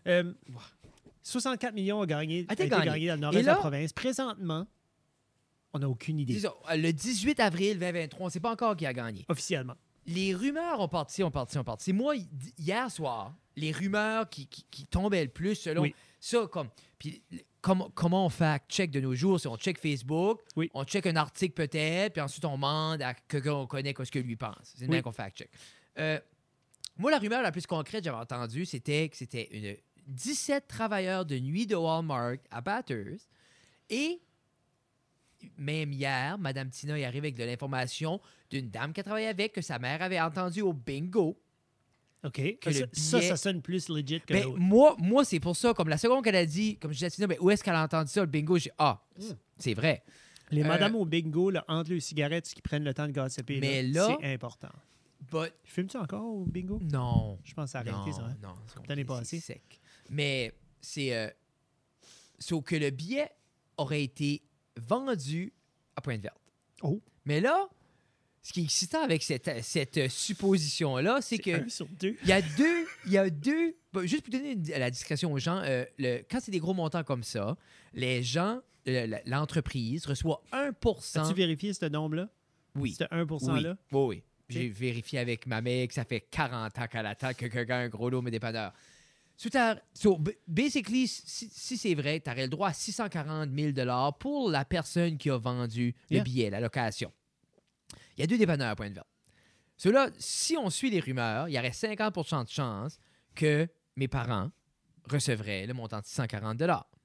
64 millions a été
gagné.
gagné dans le
Et
nord-est de
là-
la province. Présentement, on n'a aucune idée.
Disons, le 18 avril 2023, on ne sait pas encore qui a gagné.
Officiellement.
Les rumeurs ont parti. Moi, hier soir, les rumeurs qui tombaient le plus selon
Oui.
ça, comme... Puis comment on fact-check de nos jours? Si on check Facebook,
Oui.
on check un article peut-être, puis ensuite on demande à quelqu'un qu'on connaît ce que lui pense. C'est le
Oui.
même qu'on fact-check. Moi, la rumeur la plus concrète que j'avais entendue, c'était que c'était 17 travailleurs de nuit de Walmart à Bathurst. Et même hier, Mme Tina est arrivée avec de l'information d'une dame qui travaillait avec, que sa mère avait entendu au bingo.
OK.
Que
ça,
le
ça,
billet-
ça sonne plus legit que
Ben,
l'autre.
moi c'est pour ça, comme la seconde qu'elle a dit, comme je disais à Tina, ben, où est-ce qu'elle a entendu ça, le bingo? J'ai c'est vrai.
Les madames au bingo, là, entre les cigarettes, qui prennent le temps de gossiper,
Mais là-
c'est important.
But,
Fumes-tu encore au bingo?
non.
Je pense à arrêter ça. Hein?
Non,
L'année passée.
c'est sec. Mais c'est... sauf que le billet aurait été vendu à Pointe-Verte.
Oh.
Mais là, ce qui est excitant avec cette supposition-là, c'est que...
un sur deux.
Il y a deux. Bon, juste pour donner la discrétion aux gens, quand c'est des gros montants comme ça, les gens, l'entreprise reçoit 1%.
As-tu vérifié ce nombre-là?
Oui.
Ce 1%-là?
Oui. J'ai vérifié avec ma mère que ça fait 40 ans qu'elle attend que quelqu'un ait un gros lot, mais dépanneur. Basically, si c'est vrai, tu aurais le droit à 640 000 pour la personne qui a vendu le
Yeah.
billet, la location. Il y a 2 dépanneurs à Pointe-Verte. Ceux-là, si on suit les rumeurs, il y aurait 50% de chance que mes parents recevraient le montant de 640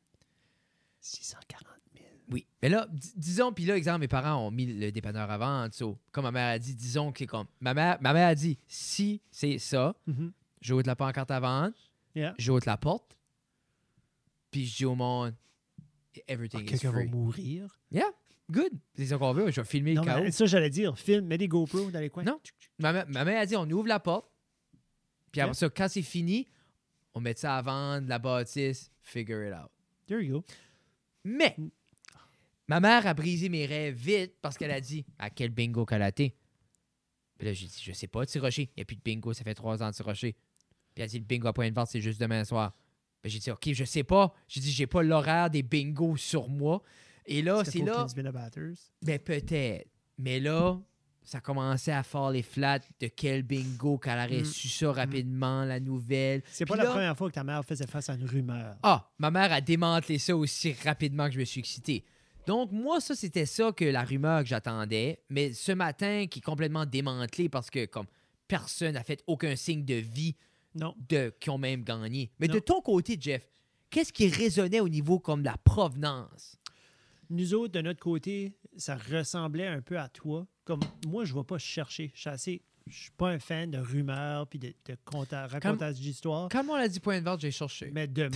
640 000.
Oui. Mais là, disons, puis là, exemple, mes parents ont mis le dépanneur à vendre. Comme ma mère a dit, disons que comme. Ma mère a dit, si c'est ça,
Mhm.
j'ouvre la pancarte à vendre,
Yeah.
j'ouvre la porte, puis je dis au monde, everything is
Quelqu'un va
free.
mourir.
Yeah, good. C'est ça qu'on veut. Je vais filmer
Non,
le chaos.
mais ça, j'allais dire, filme, mets des GoPro dans les coins.
Non. Ma mère a dit, on ouvre la porte, puis après
Yeah.
ça, quand c'est fini, on met ça à vendre, la bâtisse, figure it out.
There you go.
Mais, ma mère a brisé mes rêves vite parce qu'elle a dit, à quel bingo qu'elle a été? Puis là, j'ai dit, je sais pas, Tirocher. Il n'y a plus de bingo, ça fait 3 ans de Tirocher. Puis elle a dit, le bingo à Pointe-Verte, c'est juste demain soir. Puis j'ai dit, OK, je sais pas. J'ai dit, j'ai pas l'horaire des bingos sur moi. Et là, c'est là.
Kinsman à Batters.
Ben peut-être. Mais là, ça commençait à faire les flats de quel bingo qu'elle aurait su ça rapidement, la nouvelle.
C'est pas
Puis
la
là-
première fois que ta mère faisait face à une rumeur.
Ah, ma mère a démantelé ça aussi rapidement que je me suis excité. Donc, moi, ça, c'était ça que la rumeur que j'attendais. Mais ce matin, qui est complètement démantelé parce que, comme, personne n'a fait aucun signe de vie
Non.
qui ont même gagné. Mais
Non.
de ton côté, Jeff, qu'est-ce qui résonnait au niveau comme de la provenance?
Nous autres, de notre côté, ça ressemblait un peu à toi. Comme moi, je ne vais pas chercher. Je suis pas un fan de rumeurs puis de racontage d'histoires.
Comme on l'a dit point de vente, j'ai cherché.
Mais de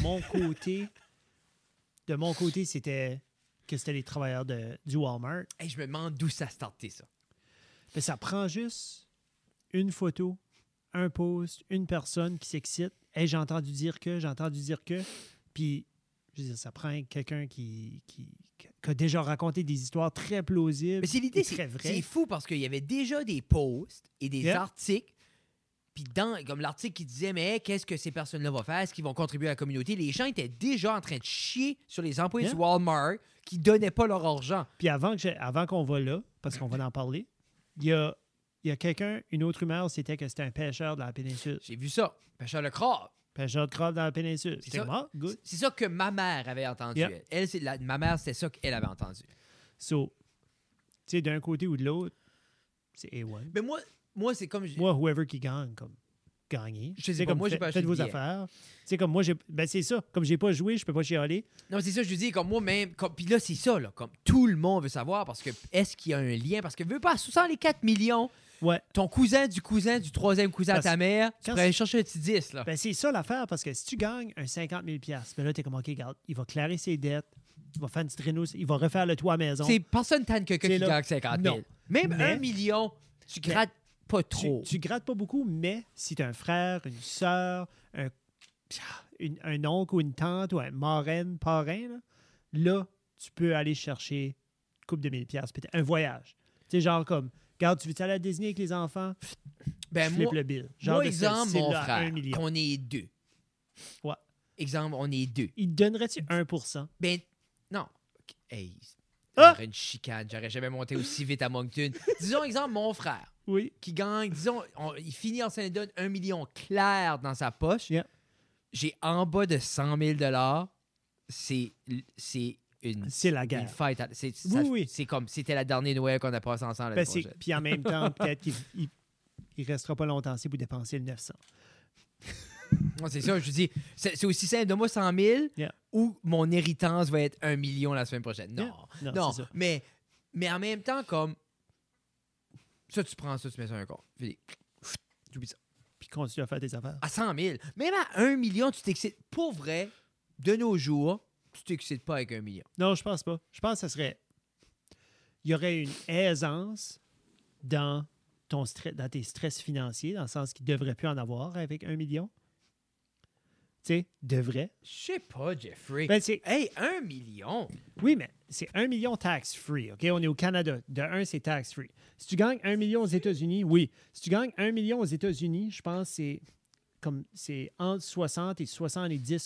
mon côté, c'était que c'était les travailleurs du Walmart.
Hey, je me demande d'où ça a starté, ça.
Mais ça prend juste une photo, un post, une personne qui s'excite. Hey, j'ai entendu dire que. Puis, je veux dire, ça prend quelqu'un qui a déjà raconté des histoires très plausibles.
Mais c'est l'idée,
et très vraies.
c'est fou parce qu'il y avait déjà des posts et des
Yeah.
articles. Puis comme l'article qui disait, mais hey, qu'est-ce que ces personnes-là vont faire? Est-ce qu'ils vont contribuer à la communauté? Les gens étaient déjà en train de chier sur les employés
Yeah.
du Walmart qui donnaient pas leur argent.
Puis avant qu'on va là, parce qu'on va en parler, il y a quelqu'un, une autre rumeur, c'était que c'était un pêcheur de la péninsule.
J'ai vu ça. Pêcheur le crabe.
Pêcheur de crabe dans la péninsule.
C'est
C'était
ça.
comme, ah, good.
C'est ça que ma mère avait entendu.
Yeah.
Ma mère, c'était ça qu'elle avait entendu.
So, tu sais, d'un côté ou de l'autre, c'est A1.
Mais moi c'est comme...
Moi, whoever qui gagne, comme gagner.
Je sais
C'est
pas,
comme,
moi, j'ai pas acheté
faites
de
vos
billets.
affaires. C'est comme moi, c'est ça. Comme j'ai pas joué, je peux pas chialer.
Non, c'est ça, je dis, comme moi même. Puis là, c'est ça, là. Comme tout le monde veut savoir parce que est-ce qu'il y a un lien? Parce que veux pas, sous les 4 millions,
Ouais.
ton cousin du troisième cousin à
Parce-
ta mère, tu
quand
pourrais aller chercher un petit 10, là.
Ben, c'est ça l'affaire, parce que si tu gagnes un 50 000 ben là, t'es comme, OK, regarde, il va clairer ses dettes, il va faire une petite réno, il va refaire le toit à maison.
C'est personne tanne quelqu'un
C'est
qui
là.
gagne 50 000.
Non.
Même
Mais-
1 million, tu grattes pas trop.
Tu grattes pas beaucoup, mais si tu as un frère, une sœur, un oncle ou une tante ou un marraine, parrain, là, tu peux aller chercher une couple de 1000 peut-être un voyage. Tu sais, genre comme, regarde, tu veux aller à Disney avec les enfants?
Ben,
Flip
moi,
le bill. Genre
moi
de
exemple, mon
style-là, à
frère,
1 million.
qu'on est deux.
Ouais.
Exemple, on est deux.
Il te donnerait-tu 1%?
Ben, non. Hey,
Ah!
j'aurais une chicane. J'aurais jamais monté aussi vite à Moncton. Disons, exemple, mon frère,
Oui.
qui gagne, disons, il finit en Saint-Donne 1 million clair dans sa poche.
Yeah.
J'ai en bas de 100 000 c'est une
C'est la guerre.
fête.
Oui.
C'est comme c'était la dernière Noël qu'on a passé ensemble.
Ben,
l'année prochaine.
puis en même temps, peut-être qu'il il restera pas longtemps ici pour dépenser le 900.
Ouais, c'est ça, je dis, c'est aussi simple. Donne-moi 100 000
Yeah.
ou mon héritance va être 1 million la semaine prochaine. Non,
Yeah.
non,
c'est ça.
mais en même temps, comme ça, tu prends ça, tu mets ça dans un compte. J'oublie ça.
Puis continue à faire tes affaires.
À 100 000. Même à 1 million, tu t'excites. Pour vrai, de nos jours, tu t'excites pas avec 1 million.
Non, je pense pas. Je pense que ça serait... Il y aurait une aisance dans tes stress financiers, dans le sens qu'il ne devrait plus en avoir avec 1 million. Tu sais, devrait.
Je sais pas, Jeffrey.
Ben, c'est...
Hey, 1 million!
Oui, mais c'est 1 million tax-free, OK? On est au Canada. De 1, c'est tax-free. Si tu gagnes 1 million aux États-Unis, oui. Si tu gagnes 1 million aux États-Unis, je pense que c'est entre 60 et 70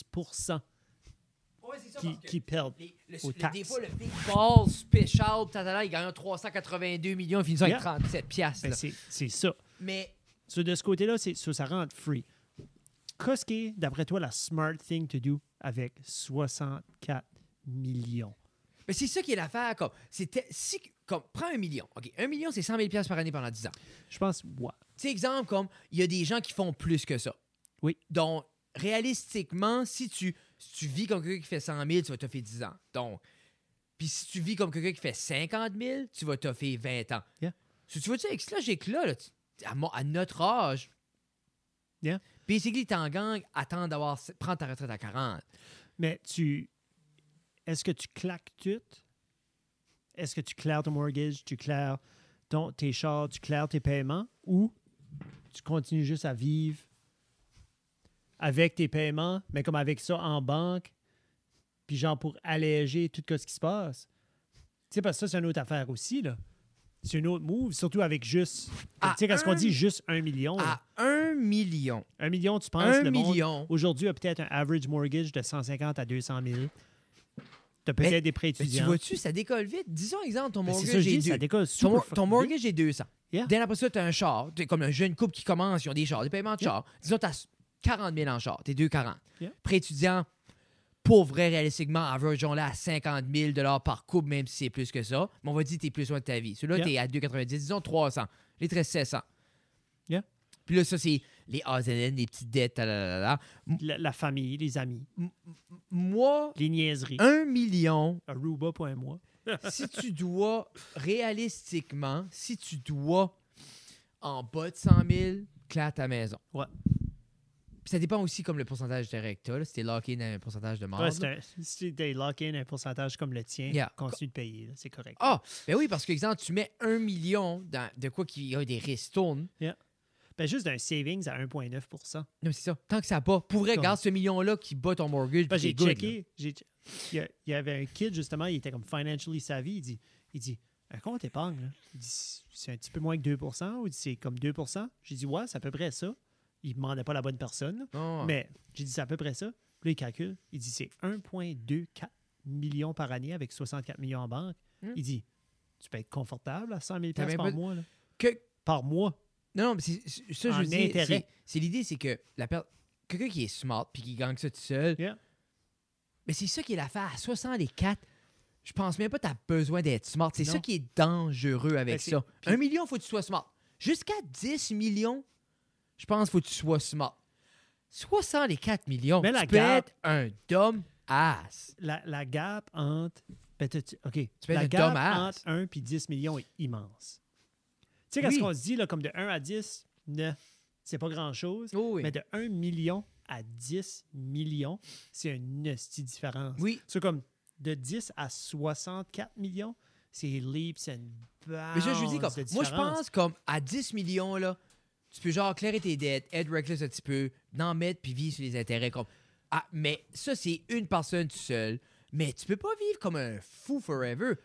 Ouais, c'est ça,
qui perdent. aux taxes.
Des fois, le big ball special, il gagne 382 millions, il finit ça avec
Yeah.
37 piastres.
Ben,
là.
c'est ça.
Mais
De ce côté-là, ça rentre free. Qu'est-ce qui est, d'après toi, la smart thing to do avec 64 millions?
c'est ça qui est l'affaire. Prends 1 million. OK, 1 million, c'est 100 000 piastres par année pendant 10 ans.
Je pense, ouais.
Tu sais, exemple, comme il y a des gens qui font plus que ça.
Oui.
Donc, réalistiquement, si tu vis comme quelqu'un qui fait 100 000, tu vas t'offrir 10 ans. Donc, puis si tu vis comme quelqu'un qui fait 50 000, tu vas t'offrir 20 ans.
Yeah.
Si tu vois-tu, avec cette logique-là, là, à notre âge,
Yeah.
basically, t'en gagnes, attends prendre ta retraite à 40.
Mais est-ce que tu claques tout? Est-ce que tu claires ton mortgage, tu claires tes chars, tu claires tes paiements, ou tu continues juste à vivre avec tes paiements, mais comme avec ça en banque, puis genre pour alléger tout ce qui se passe? Tu sais, parce que ça, c'est une autre affaire aussi, là. C'est une autre move, surtout avec juste... Tu sais, quand on dit juste 1 million...
À 1 million.
1 million, tu penses,
1
le monde,
million.
aujourd'hui, a peut-être un average mortgage de 150 à 200 000. Tu as peut-être
Mais-
des prêts
Mais tu
étudiants.
vois-tu, ça décolle vite. Disons, exemple, ton
Ben, c'est
mortgage
ça, je
est
dis, ça
2.
décolle super
Ton
vite.
mortgage est 200.
Yeah.
Then après ça, tu as un char. T'es comme un jeune couple qui commence, ils ont des chars, des paiements de char. Disons, tu as 40 000 en char, t'es 2,40.
Yeah.
Pré-étudiant, pour vrai, réalistiquement, average-on-là à 50 000 par couple, même si c'est plus que ça. Mais on va dire que tu es plus loin de ta vie. Celui-là,
Yeah.
tu es à 2,90. Disons 300. Les 13 700.
Yeah.
Puis là, ça, c'est les AZN, les petites dettes,
La famille, les amis,
Moi,
les niaiseries.
1 million,
Aruba.moi.
si tu dois, réalistiquement, si tu dois en bas de 100 000, clé à ta maison.
Ouais.
Puis ça dépend aussi comme le pourcentage de recta. Là, si t'es locké dans un pourcentage de mort.
Ouais, si tu lock-in un pourcentage comme le tien,
Yeah.
continue de payer. Là, c'est correct.
Ah, ben oui, parce que, exemple, tu mets 1 million dans de quoi qu'il y a des ristournes.
Ben, juste d'un savings à 1,9
Non, mais c'est ça. Tant que ça bat. Pour vrai,
Comme-
garde ce million-là qui bat ton mortgage.
Ben,
puis
j'ai
t'es good,
checké. Il y avait un kid, justement, il était comme financially savvy. Il dit un compte épargne, là. Il dit, c'est un petit peu moins que 2 ou il dit, c'est comme 2 J'ai dit, ouais, c'est à peu près ça. Il ne demandait pas la bonne personne. Là.
là. Ah.
Mais j'ai dit, c'est à peu près ça. Puis là, il calcule. Il dit, c'est 1,24 millions par année avec 64 millions en banque. Il dit, tu peux être confortable à 100 000
T'as même
par
pas-
mois. Là.
Que-
Par mois.
Non, mais ça, je
En
veux dire,
intérêt.
c'est l'idée, c'est que quelqu'un qui est smart puis qui gagne ça tout seul,
Yeah.
mais c'est ça qui est l'affaire. À 64, je pense même pas que tu as besoin d'être smart. C'est
Non.
ça qui est dangereux avec
Ben, c'est-
ça.
puis-
1 million, faut que tu sois smart. Jusqu'à 10 millions, je pense qu'il faut que tu sois smart. 64 millions,
Mais la
tu peux
gap-
être un dumb ass.
La gap entre. Ben, OK.
peux
La
être
gap
dumbass.
entre 1 et 10 millions est immense. Tu sais, quand
Oui.
on se dit, là, comme de 1 à 10, c'est pas grand-chose.
Oh oui.
Mais de 1 million à 10 millions, c'est une hostie différence.
Oui.
C'est comme de 10 à 64 millions, c'est leaps and bounds.
Mais ça, je vous dis, comme,
de
moi, je
différence.
pense comme à 10 millions, là, tu peux genre clairer tes dettes, être reckless un petit peu, n'en mettre puis vivre sur les intérêts. Comme, ah, mais ça, c'est une personne tout seul. Mais tu peux pas vivre comme un fou forever.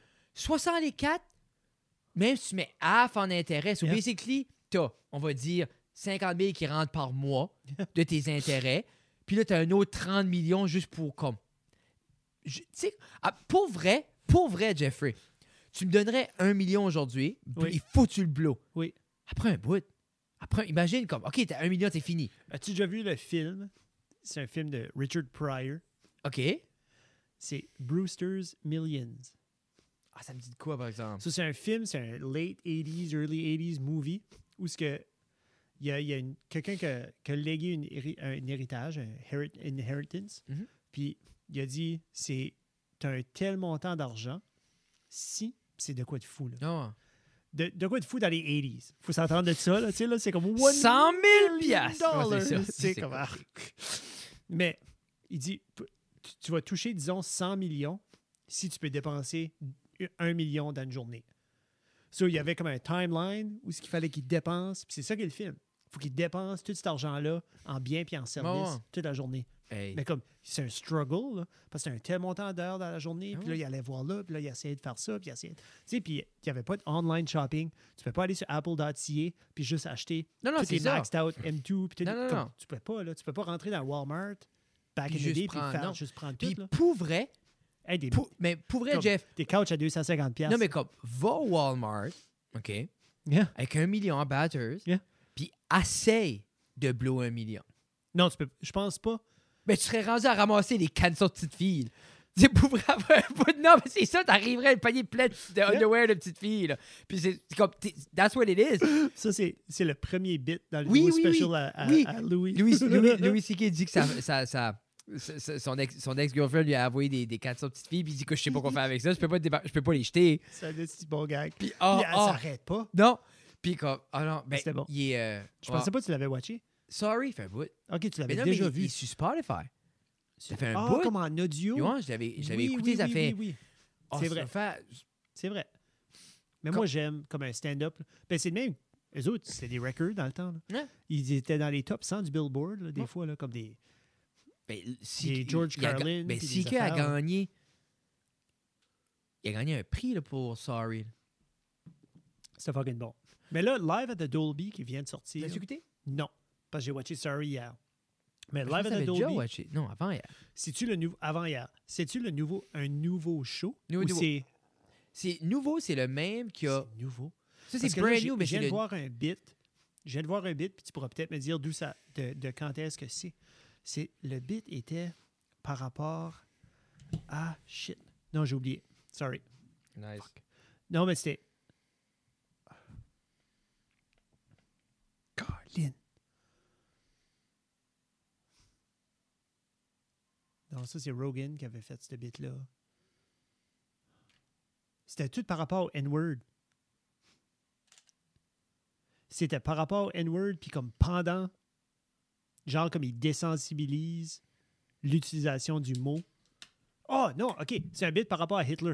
64, même si tu mets half en intérêt, so
Yeah.
basically, t'as, on va dire, 50 000 qui rentrent par mois de tes intérêts. Puis là, t'as un autre 30 millions juste pour comme. Tu sais, pour vrai, Jeffrey, tu me donnerais 1 million aujourd'hui,
Oui.
il faut que tu le blow.
Oui.
Après un bout. Imagine comme, OK, t'as 1 million, c'est fini.
As-tu déjà vu le film? C'est un film de Richard Pryor.
OK.
C'est Brewster's Millions.
Ah, ça me dit de quoi, par exemple?
Ça, c'est un film, c'est un late 80s, early 80s movie où il y a quelqu'un qui a légué un héritage, un inheritance.
Mhm.
Puis il a dit, tu as un tel montant d'argent si, c'est de quoi de fou, là.
Non.
De quoi de fou dans les 80s. Faut s'entendre de ça, là. Tu sais, là, c'est comme
100 000
$1
piastres. Ouais, c'est ça.
C'est
C'est
comme...
quoi.
Mais il dit, tu vas toucher, disons, 100 millions si tu peux dépenser 1 million dans une journée. So, il y avait comme un timeline où ce qu'il fallait qu'il dépense. Puis c'est ça qui est le film. Il faut qu'il dépense tout cet argent-là en biens puis en services
Ouais.
toute la journée.
Hey.
Mais comme, c'est un struggle, là, parce que c'est un tel montant d'heures dans la journée,
Ah
puis là,
ouais.
il allait voir là, puis là, il essayait de faire ça, puis il essayait... Tu sais, puis il n'y avait pas de online shopping. Tu peux pas aller sur apple.ca puis juste acheter
Non,
tous
c'est
les
ça.
maxed out M2, puis tout.
Non, non,
comme,
non.
Tu peux pas, là. Tu peux pas rentrer dans Walmart, back
Puis
in the
juste
day, puis
prendre-
faire
non.
juste prendre
Puis
tout, là.
pour vrai,
Hey, des
pour vrai,
Comme-
Jeff,
des couches à 250 pièces.
non, mais comme, va au Walmart, OK,
Yeah.
avec 1 million en batters,
Yeah.
puis essaye de blow 1 million.
Non, tu peux... Je pense pas.
Ben, tu serais rendu à ramasser les cannes de petites filles. C'est pour vrai avoir un bout de... Non, mais c'est ça, t'arriverais à le panier plein de underwear de petites filles, là. Puis c'est comme... That's what it is.
Ça, c'est le premier bit dans le
Oui,
nouveau
oui,
special
oui.
à
Oui.
Louis.
Louis C.K. dit que son ex-girlfriend lui a envoyé des cannes de petites filles, puis il dit que je sais pas quoi faire avec ça, je peux pas les jeter.
C'est un petit bon gag.
Puis,
Puis elle s'arrête pas.
non. Puis comme... Ah non, ben,
C'était bon.
il est...
Je pensais pas que tu l'avais watché.
Sorry, fait un bout.
OK, tu
Mais
l'avais
non,
déjà
mais
vu.
il est sur Spotify. Ça fait un
Ah,
bout.
comme en audio.
Ouais, je l'avais
Oui,
écouté,
oui,
ça
oui,
fait...
oui, oui.
Ah,
C'est
ça
vrai.
fait-
C'est vrai. Mais
Comme-
moi, j'aime comme un stand-up. là. Ben, c'est le même. Eux autres, c'était des records dans le temps. là.
Ouais.
Ils étaient dans les top 100 du Billboard, là, des
Ouais.
fois, là, comme des...
Ben,
Des George Carlin,
Ben,
puis
CK
des
a
affaires, là.
gagné. Il a gagné un prix là, pour Sorry.
C'était fucking bon. Mais là, Live at the Dolby qui vient de sortir...
L'as-tu écouté?
Non, parce que j'ai watché Sorry hier. Mais
Je
Live
pense que
at the
t'avais déjà
Dolby,
watché. Non, avant hier.
c'est-tu le nouveau... Avant hier. C'est-tu le nouveau... Un nouveau show?
Nouveau.
Ou c'est...
C'est nouveau, c'est le même qui a.
C'est nouveau.
Ça,
Parce
c'est
que là,
brand new, mais
je
c'est
viens de
le...
voir un bit. Je viens de voir un bit, puis tu pourras peut-être me dire d'où ça, de quand est-ce que c'est. Le bit était par rapport à shit. Non, j'ai oublié. Sorry.
Nice.
Non, mais c'était. Colin. Non, ça, c'est Rogan qui avait fait ce bit-là. C'était tout par rapport au N-word. C'était par rapport au N-word, puis comme pendant, genre comme il désensibilise l'utilisation du mot. Oh non, OK, c'est un bit par rapport à Hitler.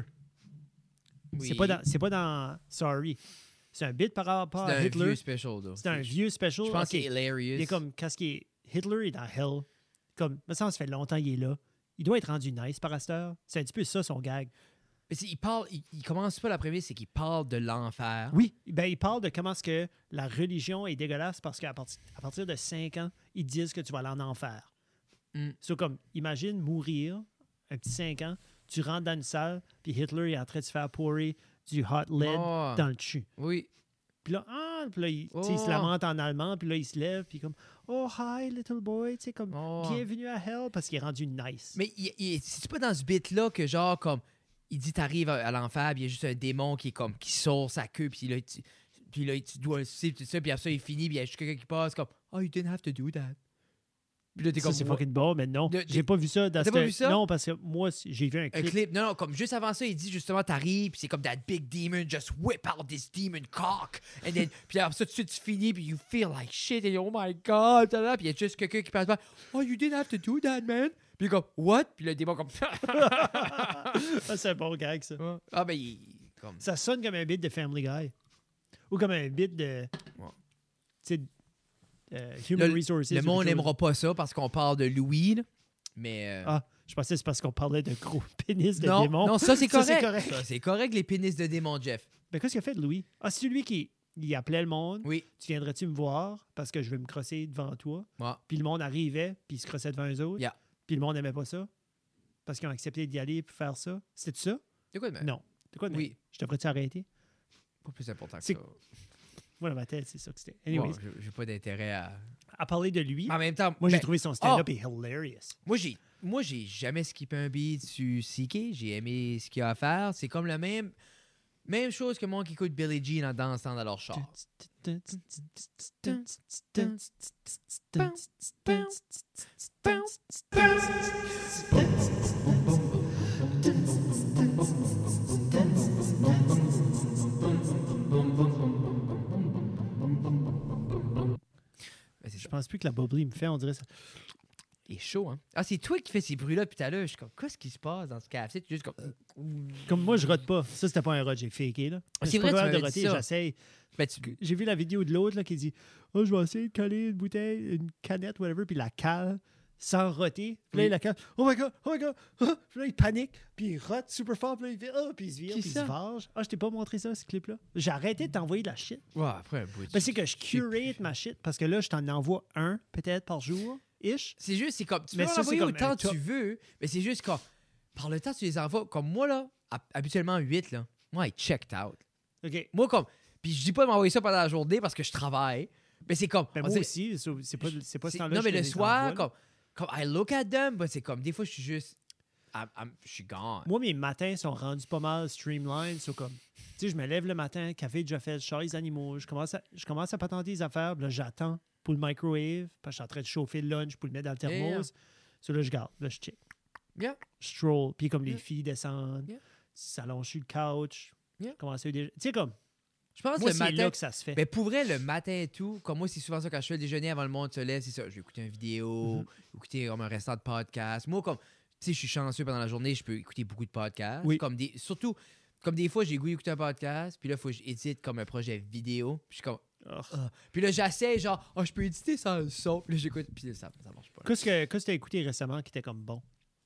Oui.
C'est pas dans Sorry. C'est un bit par rapport
C'est
à
un
Hitler.
vieux special, là.
C'est un vieux special.
Je pense
OK.
que c'est hilarious.
Il est comme, quand Hitler est dans Hell, comme, me semble, ça fait longtemps qu'il est là. Il doit être rendu nice par cette heure. C'est un petit peu ça, son gag.
Mais il commence pas la première, c'est qu'il parle de l'enfer.
Oui, ben, il parle de comment est-ce que la religion est dégueulasse parce qu'à partir de 5 ans, ils disent que tu vas aller en enfer.
Mm.
C'est comme, imagine mourir, un petit 5 ans, tu rentres dans une salle, puis Hitler est en train de se faire pourrir du hot lead
Oh.
dans le cul.
Oui.
Puis là, il se lamente en allemand, puis là, il se lève, puis comme, oh, hi, little boy, tu sais, comme, bienvenue à Hell, parce qu'il est rendu nice.
Mais c'est pas dans ce bit-là que, genre, comme, il dit t'arrives à l'enfer, puis il y a juste un démon qui est comme, qui sort sa queue, puis là, tu dois le suivre, tout ça, puis après ça, il finit, puis il y a juste quelqu'un qui passe, comme, oh, you didn't have to do that. Puis là, t'es
Ça,
comme,
c'est fucking bon, mais non. J'ai pas vu ça.
T'as pas vu ça?
Non, parce que moi, j'ai vu un
un
clip.
clip. Non, comme juste avant ça, il dit justement, t'arrives, puis c'est comme that big demon, just whip out this demon cock. And then, puis après ça, tout de suite, tu finis, puis you feel like shit, et oh my god, puis il y a juste quelqu'un qui passe par, oh, you didn't have to do that, man. Puis comme, what? Puis le démon, comme,
Ah, c'est un bon gag, ça.
ah, ben, comme.
Ça sonne comme un bit de Family Guy. Ou comme un bit de.
Ouais.
Tu sais, Human Resources.
Le monde
ou quelque chose.
n'aimera pas ça parce qu'on parle de Louis, là, mais.
Ah, je pensais que c'est parce qu'on parlait de gros pénis de
non,
démons.
non, ça c'est
Ça, c'est
correct.
correct.
Ça, c'est correct, les pénis de démon, Jeff.
Ben, qu'est-ce qu'il a fait, Louis? Ah, c'est lui qui il appelait le monde.
Oui.
Tu viendrais-tu me voir parce que je vais me crosser devant toi?
Ouais.
Puis le monde arrivait, puis il se crossait devant eux autres.
Yeah.
Puis le monde n'aimait pas ça. Parce qu'ils ont accepté d'y aller pour faire ça. C'était ça?
C'est quoi de même?
Non. C'est quoi de
Oui.
même? Je devrais-tu arrêter?
Pas plus important que
C'est-
ça.
Moi, dans ma tête, c'est ça que c'était. Anyways,
Bon, j'ai pas d'intérêt à.
à parler de lui,
Mais en même temps,
moi, j'ai
ben,
trouvé son stand-up est hilarious.
Moi, j'ai jamais skippé un beat sur CK. J'ai aimé ce qu'il a à faire. C'est comme la même chose que moi qui écoute Billie Jean en dansant dans leur char. Mais c'est
Je
ça.
pense plus que la bubbly me fait, on dirait ça.
Il est chaud, hein? Ah, c'est toi qui fais ces bruits-là depuis tout à l'heure. Je suis comme, qu'est-ce qui se passe dans ce café? Tu es juste comme.
Comme moi, je rote pas. Ça, c'était pas un rot, j'ai faké, là.
Ah, c'est
Je suis
vrai,
pas
tu
capable de
m'avais dit
roter,
ça.
j'essaye.
Ben, tu-
J'ai vu la vidéo de l'autre là, qui dit oh, je vais essayer de coller une bouteille, une canette, whatever, puis la cale sans roter. Puis là,
Oui.
il la cale. Oh my god, ah! Puis là, il panique, puis il rote super fort, puis là, il fait oh, puis il se vire,
Qui
puis il
ça?
se venge. Ah, je t'ai pas montré ça, ce clip-là. J'ai arrêté de t'envoyer de la shit.
Ouais, après un bout.
Ben, c'est que je curate ma shit, parce que là, je t'en envoie un, peut-être par jour, ish.
C'est juste, c'est comme. Tu peux
Mais
en
ça,
envoyer
c'est comme
autant
un
tu
top.
veux, mais c'est juste comme. Par le temps, tu les envoies. Comme moi, là, habituellement 8, là. Moi, I checked out.
OK.
Moi, comme. Puis je dis pas de m'envoyer ça pendant la journée parce que je travaille. Mais c'est comme.
Ben,
on
moi
dirait-
aussi, c'est pas ce
c'est-
temps-là.
Non,
que
mais
je
le
te les
soir,
envoie, là.
comme I look at them, ben, c'est comme. Des fois, je suis juste. Je suis gone.
Moi, mes matins sont rendus pas mal streamlined. So comme, tu sais, je me lève le matin, café déjà fait, je sors les animaux, je commence à patenter les affaires, puis là, j'attends pour le microwave, parce que je suis en train de chauffer le lunch pour le mettre dans le thermos. So là, je garde, là, je check.
Yeah.
Je stroll, puis comme les
Yeah.
filles descendent,
Yeah.
s'allongent sur le couch,
Yeah.
commence à tu sais, comme,
Je pense
moi,
le
c'est
matin.
là que ça se fait.
Mais pour vrai, le matin et tout, comme moi, c'est souvent ça quand je fais le déjeuner avant le monde se lève, c'est ça. Je vais écouter une vidéo, écouter comme un restant de podcast. Moi, comme, tu sais, je suis chanceux pendant la journée, je peux écouter beaucoup de podcasts.
Oui.
Surtout, comme des fois, j'ai le goût d'écouter un podcast, puis là, il faut que j'édite comme un projet vidéo. Puis je suis comme.
Oh.
Puis là, j'essaie, genre, je peux éditer sans le son. Puis là, j'écoute, puis là, ça marche pas.
Qu'est-ce que tu as écouté récemment qui était comme bon?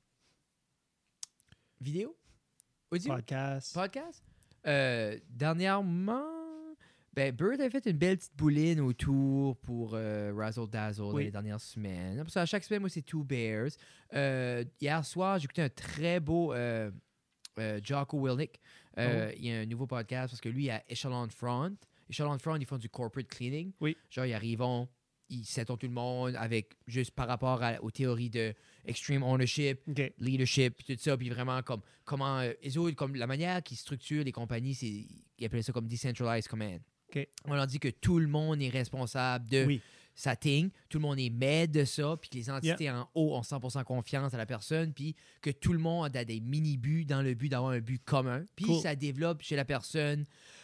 Vidéo? Audio?
Podcast?
Podcast? Dernièrement, ben, Bird a fait une belle petite bouline autour pour Razzle Dazzle dans
Oui.
les dernières semaines. Après ça, à chaque semaine, moi, c'est Two Bears. Hier soir, j'ai écouté un très beau Jocko Willink. Il y a un nouveau podcast parce que lui, il a Echelon Front. Echelon Front, ils font du corporate cleaning.
Oui.
Genre, ils arrivent, ils settent tout le monde avec juste par rapport aux théories de extreme ownership,
OK.
leadership, puis tout ça, puis vraiment comme comment les autres, comme la manière qu'ils structurent les compagnies, ils appellent ça comme decentralized command.
OK.
On leur dit que tout le monde est responsable de
Oui.
sa thing, tout le monde est maître de ça, puis que les entités en haut ont 100% confiance à la personne, puis que tout le monde a des mini-buts dans le but d'avoir un but commun, puis
Cool.
ça développe chez la personne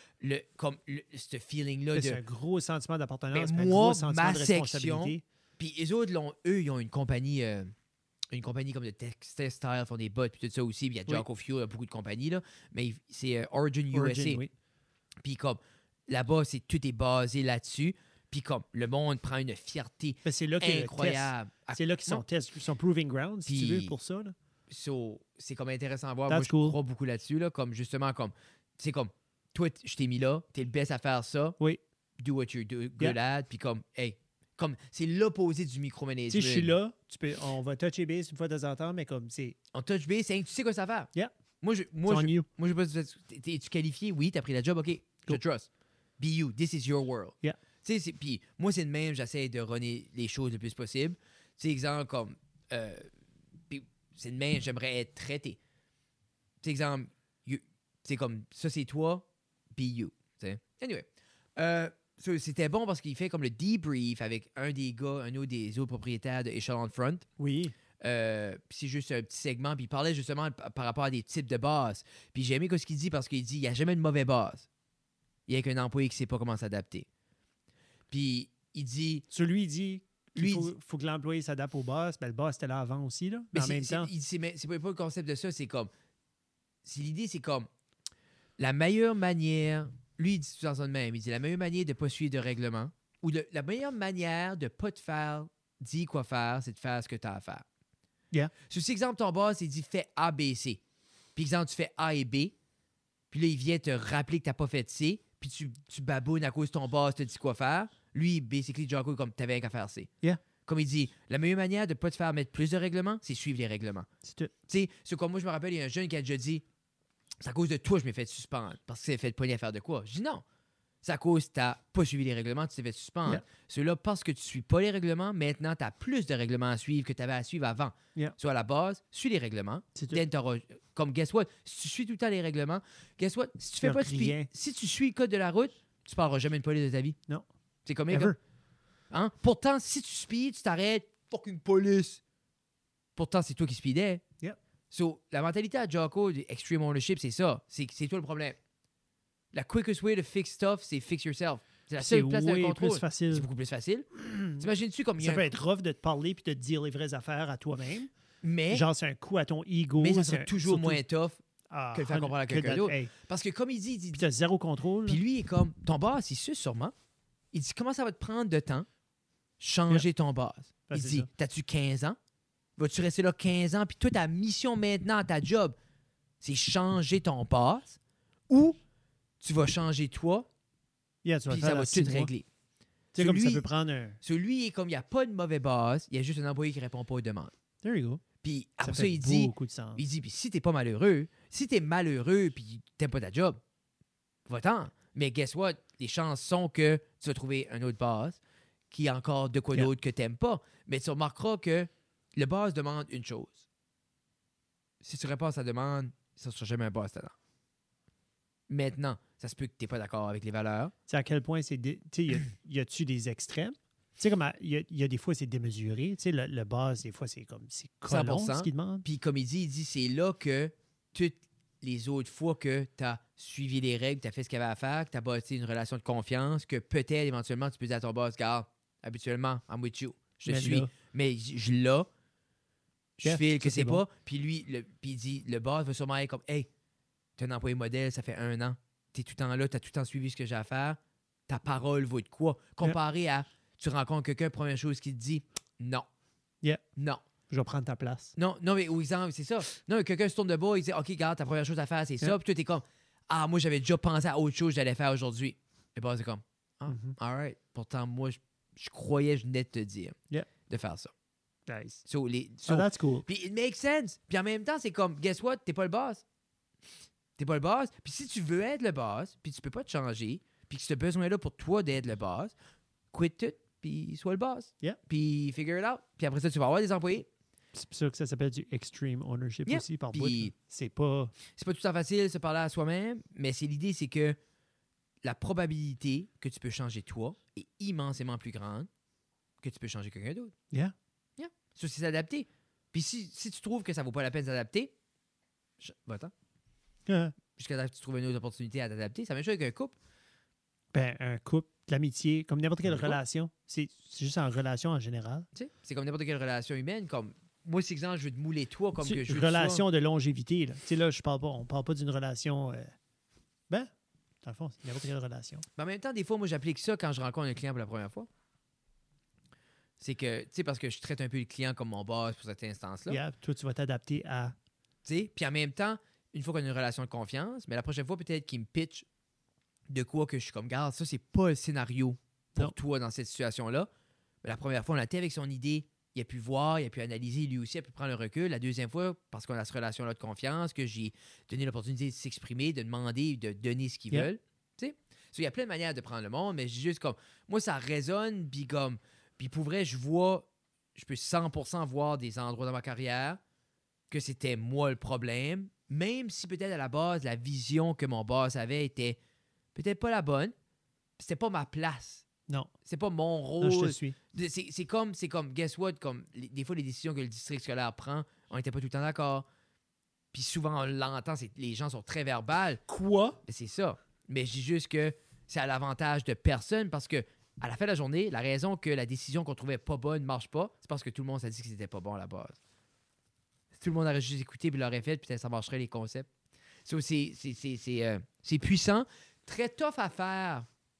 ce feeling-là
C'est
de...
un gros sentiment d'appartenance,
Ben,
un
moi,
gros sentiment
ma
de
section,
responsabilité.
Puis les autres, ils ont une compagnie comme de textile, font des bottes, puis tout ça aussi. Puis il y a Jocko Fuel, il y a beaucoup de compagnies, là. Mais c'est Origin USA.
Oui.
Puis comme, là-bas, tout est basé là-dessus. Puis comme, le monde prend une fierté
Ben, c'est là qu'il y a le test.
incroyable.
C'est là qu'ils sont test, son proving ground, si tu
Puis-
veux, pour ça. Là.
So, c'est comme intéressant à voir.
That's
Moi, je
cool.
crois beaucoup là-dessus, là. Comme, justement, comme, c'est comme, toi, je t'ai mis là, t'es le best à faire ça.
Oui.
Do what you're good at. Puis comme, hey, comme, c'est l'opposé du micromanagement.
Tu sais, je suis là, on va toucher base une fois de temps en temps, mais comme c'est.
En touch base, tu sais quoi ça fait.
Yeah.
Moi,
It's on you.
je sais pas, es-tu qualifié? Oui, t'as pris la job, OK. Je
Go.
te trust. Be you. This is your world.
Yeah.
Tu sais, puis moi, c'est de même, j'essaie de runner les choses le plus possible. Tu sais, exemple, comme, puis c'est de même, j'aimerais être traité. Tu sais, exemple, c'est comme, ça, c'est toi, be you. Tu sais. Anyway. So, c'était bon parce qu'il fait comme le debrief avec un autre des autres propriétaires de Echelon Front.
Oui.
Puis c'est juste un petit segment. Puis il parlait justement par rapport à des types de bases. Puis j'ai aimé ce qu'il dit parce qu'il dit il n'y a jamais de mauvaise base. Il y a qu'un employé qui ne sait pas comment s'adapter. Puis il dit.
Celui, il dit
Lui,
qu'il faut que l'employé s'adapte au boss. Ben, le boss était là avant aussi. Là. Mais en même temps.
C'est pas le concept de ça. C'est comme. L'idée, c'est comme. La meilleure manière. Lui, il dit tout ça de même. Il dit la meilleure manière de ne pas suivre de règlement ou la meilleure manière de ne pas te faire dire quoi faire, c'est de faire ce que tu as à faire.
Yeah.
Sur cet exemple, ton boss, il dit fais A, B, C. Puis exemple, tu fais A et B. Puis là, il vient te rappeler que tu n'as pas fait C. Puis tu babounes à cause de ton boss te dit quoi faire. Lui, basically, Jocko, comme tu n'avais qu'à faire C.
Yeah.
Comme il dit, la meilleure manière de ne pas te faire mettre plus de règlements, c'est suivre les règlements.
C'est tout.
Tu sais, c'est comme moi, je me rappelle, il y a un jeune qui a déjà dit c'est à cause de toi que je m'ai fait suspendre. Parce que c'est fait pogner à faire de quoi? Je dis non. C'est à cause que tu n'as pas suivi les règlements, tu t'es fait suspendre.
Yeah.
Ceux-là, parce que tu ne suis pas les règlements, maintenant, tu as plus de règlements à suivre que tu avais à suivre avant.
Yeah.
Soit à la base, suis les règlements.
C'est tout.
Then comme, guess what? Si tu suis tout le temps les règlements, guess what? Si tu fais
Y a
pas de
rien.
si tu suis le code de la route, tu ne parleras jamais de police de ta vie.
Non.
C'est comme
Ever.
hein? Pourtant, si tu speeds, tu t'arrêtes, fucking police. Pourtant, c'est toi qui speedais.
Yeah.
So, la mentalité à Jocko, Extreme Ownership, c'est ça. C'est toi le problème. La quickest way to fix stuff, c'est fix yourself. C'est la
C'est
seule place de
way
contrôle.
plus facile.
C'est beaucoup plus facile. T'imagines-tu comme il y
Ça
a
peut être rough de te parler puis de te dire les vraies affaires à toi-même.
Mais,
Genre, c'est un coup à ton ego.
mais ça
c'est
sera toujours
surtout-
moins tough
Ah,
que le faire comprendre à quelqu'un
que
d'autre.
Hey,
Parce que comme il dit
puis t'as zéro contrôle. là.
puis lui, il est comme, ton boss, il suce sûrement. Il dit, comment ça va te prendre de temps changer ton boss?
Ben,
Il
c'est
dit,
ça.
t'as-tu 15 ans? Vas-tu rester là 15 ans? Puis toi, ta mission maintenant, ta job, c'est changer ton boss ou tu vas changer toi,
Yeah, tu vas
puis
le faire
ça
dans
va
6
tout
mois.
régler.
Tu sais, comme ça
Celui-
peut prendre un.
Celui, il est comme, il n'y a pas de mauvais boss, il y a juste un employé qui répond pas aux demandes.
There you go.
Puis
Ça
après ça,
fait
il dit,
beaucoup de sens.
puis si t'es pas malheureux, si t'es malheureux puis t'aimes pas ta job, va-t'en. Mais guess what? Les chances sont que tu vas trouver un autre boss qui a encore de quoi
Yeah.
d'autre que t'aimes pas. Mais tu remarqueras que le boss demande une chose. Si tu réponds à sa demande, ça ne sera jamais un boss talent. Maintenant, ça se peut que tu n'es pas d'accord avec les valeurs.
Tu sais à quel point c'est. Tu sais, y a-tu des extrêmes? Tu sais, comme il y a des fois, c'est démesuré. Tu sais, le base, des fois, c'est comme. C'est colon
100%.
ce qu'il demande.
Puis comme il dit c'est là que toutes les autres fois que tu as suivi les règles, tu as fait ce qu'il y avait à faire, que tu as bâti une relation de confiance, que peut-être éventuellement tu peux dire à ton boss, regarde, habituellement, I'm with you. Je te
Mais
suis.
là-
Mais je l'ai. Je
Yeah,
file que
ça,
c'est
c'est
pas. Puis lui, puis il dit, le boss va sûrement être comme, hey, t'es un employé modèle, ça fait 1 an. T'es tout le temps là, t'as tout le temps suivi ce que j'ai à faire. Ta parole vaut de quoi? Comparé à, tu rencontres quelqu'un, première chose qu'il te dit, non.
Yeah.
Non.
Je vais prendre ta place.
Non, mais au exemple, c'est ça. Non, quelqu'un se tourne de bas, il dit, OK, regarde, ta première chose à faire, c'est ça.
Yeah.
Puis toi, t'es comme, ah, moi, j'avais déjà pensé à autre chose que j'allais faire aujourd'hui. Le boss est comme, ah,
Mhm.
all right. Pourtant, moi, je croyais, je venais de te dire
Yeah.
de faire ça.
Nice.
So,
So that's cool.
puis it makes sense. Puis en même temps, c'est comme, guess what? T'es pas le boss. T'es pas le boss. Puis si tu veux être le boss, puis tu peux pas te changer, puis que ce besoin-là pour toi d'être le boss, quitte tout, puis sois le boss.
Yeah.
Puis figure it out. Puis après ça, tu vas avoir des employés.
C'est pour ça que ça s'appelle du extreme ownership
Yeah.
aussi par
Puis-
bout. là. C'est pas...
C'est pas tout le temps facile de se parler à soi-même, mais l'idée, c'est que la probabilité que tu peux changer toi est immensément plus grande que tu peux changer quelqu'un d'autre.
Yeah.
Ça, c'est s'adapter. Puis si tu trouves que ça vaut pas la peine de s'adapter, va-t'en. Jusqu'à ce que tu trouves une autre opportunité à t'adapter. C'est la même chose avec un couple.
Ben, un couple, de l'amitié, comme n'importe quelle
Un couple.
relation. C'est juste en relation en général.
Tu sais, c'est comme n'importe quelle relation humaine. Comme moi, c'est exemple, je veux te mouler toi comme que je veux
Relation de longévité. Là. Tu sais, là, on parle pas d'une relation... Ben, dans le fond, c'est n'importe quelle relation.
Mais en même temps, des fois, moi, j'applique ça quand je rencontre un client pour la première fois. C'est que, tu sais, parce que je traite un peu le client comme mon boss pour cette instance-là.
Yeah, toi, tu vas t'adapter à...
Tu sais, puis en même temps, une fois qu'on a une relation de confiance, mais la prochaine fois, peut-être qu'il me pitch de quoi que je suis comme, garde, ça, c'est pas le scénario pour
Non.
toi dans cette situation-là. Mais la première fois, on a été avec son idée, il a pu voir, il a pu analyser, lui aussi, il a pu prendre le recul. La deuxième fois, parce qu'on a cette relation-là de confiance, que j'ai donné l'opportunité de s'exprimer, de demander, de donner ce qu'ils
Yeah.
veulent. Tu sais, il y a plein de manières de prendre le monde, mais juste comme, moi, ça résonne, puis comme, puis pour vrai, je peux 100% voir des endroits dans ma carrière que c'était moi le problème, même si peut-être à la base, la vision que mon boss avait était peut-être pas la bonne, c'était pas ma place.
Non,
C'est pas mon
non, je
rôle.
te suis.
C'est comme, guess what, comme des fois les décisions que le district scolaire prend, on n'était pas tout le temps d'accord. Puis souvent on l'entend, les gens sont très verbales.
Quoi?
Mais c'est ça. Mais je dis juste que c'est à l'avantage de personne parce que à la fin de la journée, la raison que la décision qu'on trouvait pas bonne ne marche pas, c'est parce que tout le monde s'est dit que c'était pas bon à la base. Si tout le monde aurait juste écouté puis l'aurait fait, peut-être ça marcherait les concepts. So, c'est puissant, très tough à faire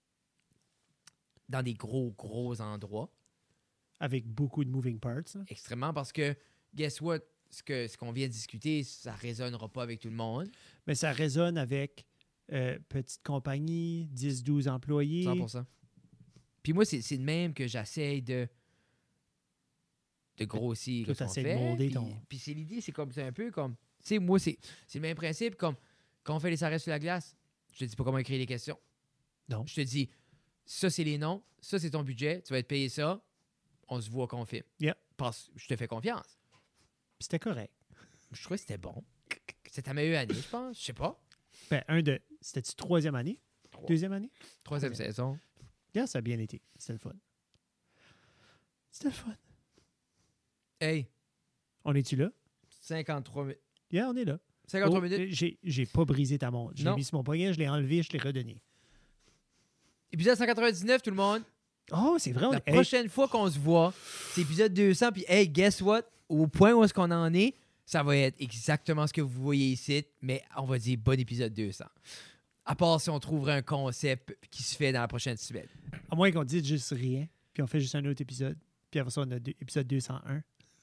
dans des gros endroits.
Avec beaucoup de moving parts. Là.
Extrêmement parce que, guess what, ce qu'on vient de discuter, ça résonnera pas avec tout le monde.
Mais ça résonne avec petite compagnie, 10-12 employés.
100%. Puis moi, c'est de même que j'essaie de grossir
Toi,
ce qu'on
t'essaies de
fait.
molder
Puis,
ton-
puis c'est l'idée, c'est un peu comme... Tu sais, moi, c'est le même principe comme quand on fait les arrêts sur la glace. Je te dis pas comment écrire les questions.
Non.
Je te dis, ça, c'est les noms. Ça, c'est ton budget. Tu vas être payé ça. On se voit quand on filme.
Yeah.
Parce que je te fais confiance.
Puis c'était correct.
Je trouvais que c'était bon. C'était ta meilleure année, je pense. Je sais pas.
Ben, c'était-tu troisième année? Deuxième année?
Troisième saison.
Yeah, ça a bien été. C'était le fun. C'était le fun.
Hey,
On est-tu là?
53 minutes.
Yeah, on est là.
53
Oh,
minutes.
j'ai pas brisé ta montre. Je l'ai
Non.
mis sur mon poignet, je l'ai enlevé, je l'ai redonné.
Épisode 199, tout le monde.
Oh, c'est vrai.
La prochaine fois qu'on se voit, c'est épisode 200. Puis, hey, guess what? Au point où est-ce qu'on en est, ça va être exactement ce que vous voyez ici, mais on va dire bon épisode 200. À part si on trouverait un concept qui se fait dans la prochaine semaine.
À moins qu'on dise juste rien, puis on fait juste un autre épisode. Puis après ça, on a épisode 201.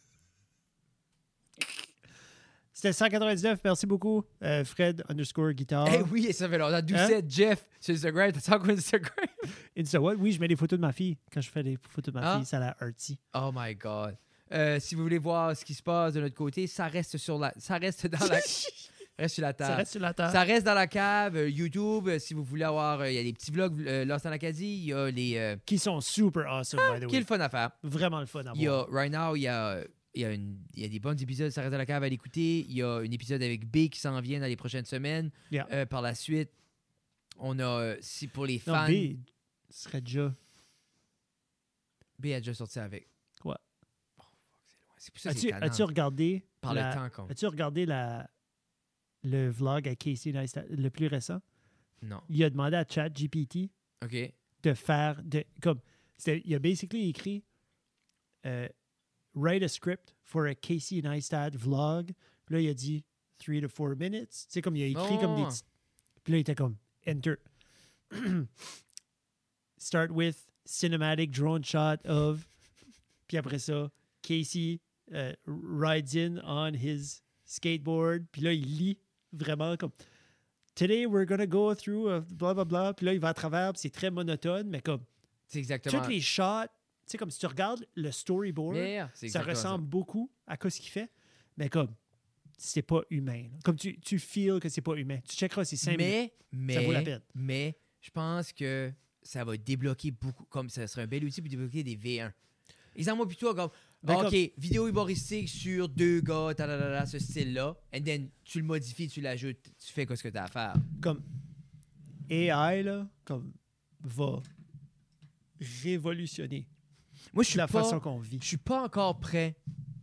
C'était 199. Merci beaucoup, Fred _guitar.
Eh oui, ça fait longtemps. Doucette, Jeff, sur Instagram. T'as quoi Instagram?
Insta what? Oui, je mets des photos de ma fille. Quand je fais des photos de ma
Ah.
fille, ça a l'air artsy.
Oh my God. Si vous voulez voir ce qui se passe de notre côté, ça reste dans la... reste sur la table.
Ça reste sur la table.
Ça reste dans la cave, YouTube. Si vous voulez avoir, il y a des petits vlogs Lost en Acadie. Il y a les...
Qui sont super awesome, by the
qui est
way.
le fun à faire.
Vraiment le fun à
Il y a,
voir.
right now, il y a des bons épisodes, ça reste dans la cave à l'écouter. Il y a un épisode avec B qui s'en vient dans les prochaines semaines.
Yeah.
Par la suite, on a, si pour les
Non,
fans,
B serait déjà...
B a déjà sorti avec.
Quoi?
Oh, fuck, c'est loin. C'est pour ça que c'est tannant.
As-tu regardé...
Par le temps, comme.
As-tu regardé le vlog à Casey Neistat, le plus récent?
Non.
Il a demandé à ChatGPT
OK.
de faire... il a basically écrit write a script for a Casey Neistat vlog. Puis là, il a dit 3 to 4 minutes. Tu sais, comme il a écrit comme des... Puis là, il était comme enter. Start with cinematic drone shot of... Puis après ça, Casey rides in on his skateboard. Puis là, il lit vraiment comme... Today, we're gonna go through blah, blah, blah. Puis là, il va à travers. Puis c'est très monotone, mais comme...
C'est exactement.
Toutes les shots, tu sais, comme si tu regardes le storyboard,
Yeah, c'est
ça
exactement
ressemble beaucoup à ce qu'il fait, mais comme, c'est pas humain. Là. Comme tu feels que c'est pas humain. Tu checkeras ces 5 minutes.
Mais,
Ça vaut la peine.
Mais, je pense que ça va débloquer beaucoup, comme ça serait un bel outil pour débloquer des V1. Exemple-moi plutôt comme, OK, vidéo humoristique sur 2 gars, ce style-là, and then tu le modifies, tu l'ajoutes, tu fais ce que tu as à faire.
Comme AI, là, comme, va révolutionner
Moi, je suis
la
pas,
façon qu'on vit.
je suis pas encore prêt.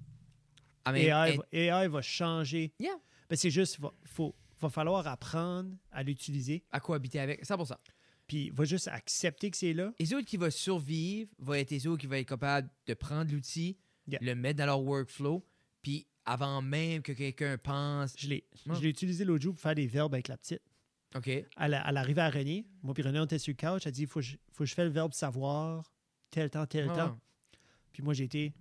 AI va changer.
Yeah.
Ben, c'est juste, va falloir apprendre à l'utiliser.
À cohabiter avec, 100%.
Puis, va juste accepter que c'est là.
Les autres qui vont survivre vont être les autres qui vont être capables de prendre l'outil, le mettre dans leur workflow, puis avant même que quelqu'un pense...
Je l'ai utilisé l'autre jour pour faire des verbes avec la petite.
OK.
Elle arrivait à René. Moi puis René, on était sur le couch. Elle dit, faut que je fasse le verbe savoir, tel temps. Puis moi, j'ai été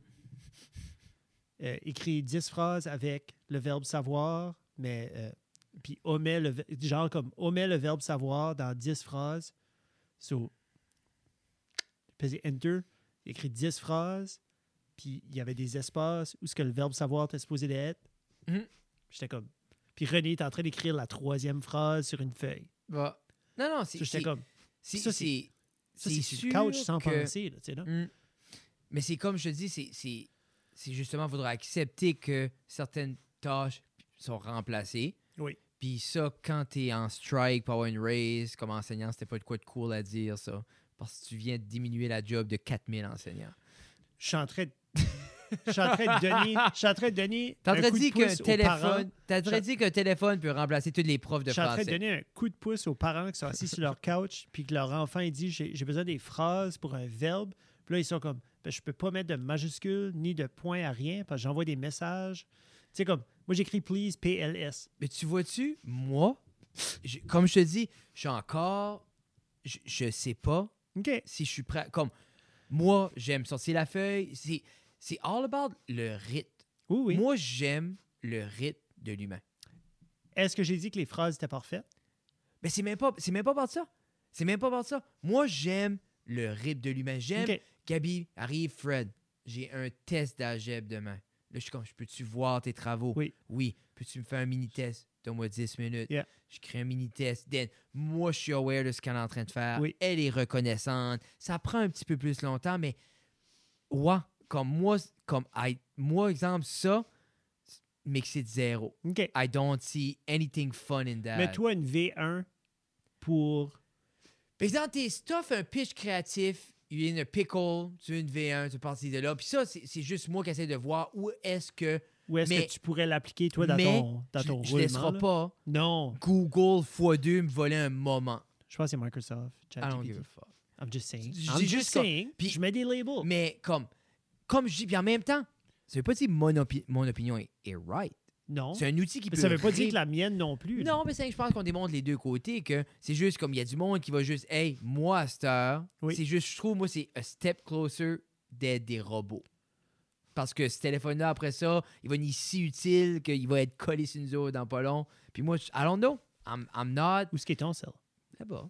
écrit 10 phrases avec le verbe savoir, mais puis omet le verbe savoir dans 10 phrases. So, je faisais Enter, j'ai écrit 10 phrases, puis il y avait des espaces où ce que le verbe savoir était supposé d'être.
Mhm.
J'étais comme... Puis René est en train d'écrire la 3e phrase sur une feuille.
Bah. Non, c'est...
J'étais comme...
C'est
sur le couch sans
que...
penser. Là, tu sais, là.
Mais c'est comme je te dis, c'est justement, il faudra accepter que certaines tâches sont remplacées.
Oui.
Puis ça, quand t'es en strike pour avoir une raise, comme enseignant, c'était pas de quoi de cool à dire, ça. Parce que tu viens de diminuer la job de 4000 enseignants.
Je suis en train de donner
T'as
un coup de pouce aux parents.
dit qu'un téléphone peut remplacer tous les profs de
français. Je suis en train de
français.
donner un coup de pouce aux parents qui sont assis sur leur couch puis que leur enfant il dit j'ai besoin des phrases pour un verbe. Puis là, ils sont comme ben, je peux pas mettre de majuscules ni de points à rien parce que j'envoie des messages. Tu sais, comme moi, j'écris please, PLS.
Mais tu vois-tu, moi, comme je te dis, je suis encore... Je sais pas si je suis prêt. Comme, moi, j'aime sortir la feuille. C'est all about le rythme.
Oui.
Moi, j'aime le rythme de l'humain.
Est-ce que j'ai dit que les phrases étaient parfaites?
Mais c'est même pas par ça. C'est même pas par ça. Moi, j'aime le rythme de l'humain. J'aime... Gabi, arrive, Fred. J'ai un test d'algèbre demain. Là, je suis comme, peux-tu voir tes travaux? Oui. Peux-tu me faire un mini-test? Donne-moi 10 minutes.
Yeah.
Je crée un mini-test. Then, moi, je suis aware de ce qu'elle est en train de faire.
Oui.
Elle est reconnaissante. Ça prend un petit peu plus longtemps, mais ouais, moi, exemple, ça, mixé de 0.
OK.
I don't see anything fun in that.
Mets-toi une V1 pour...
Par exemple, tes stuff, un pitch créatif, il y a une pickle, tu veux une V1, tu partir de là. Puis ça, c'est juste moi qui essaie de voir où est-ce que
tu pourrais l'appliquer, toi, dans ton roulement.
Je ne laisserai pas Google x2 me voler un moment.
Je pense que c'est Microsoft.
I don't give a fuck.
I'm just saying.
I'm just saying.
Puis je mets des labels.
Mais comme je dis, puis en même temps, ça veut pas dire que mon opinion est right.
Non.
C'est un outil qui peut...
Ça veut pas dire que la mienne non plus.
Non, mais je pense qu'on démontre les deux côtés, que c'est juste comme il y a du monde qui va juste, hey, moi, à cette heure, c'est juste, je trouve, moi, c'est a step closer d'être des robots. Parce que ce téléphone-là, après ça, il va être si utile qu'il va être collé sur nous autres dans pas long. Puis moi, I don't know. I'm not...
Où est-ce qu'il est ton cell?
Là-bas.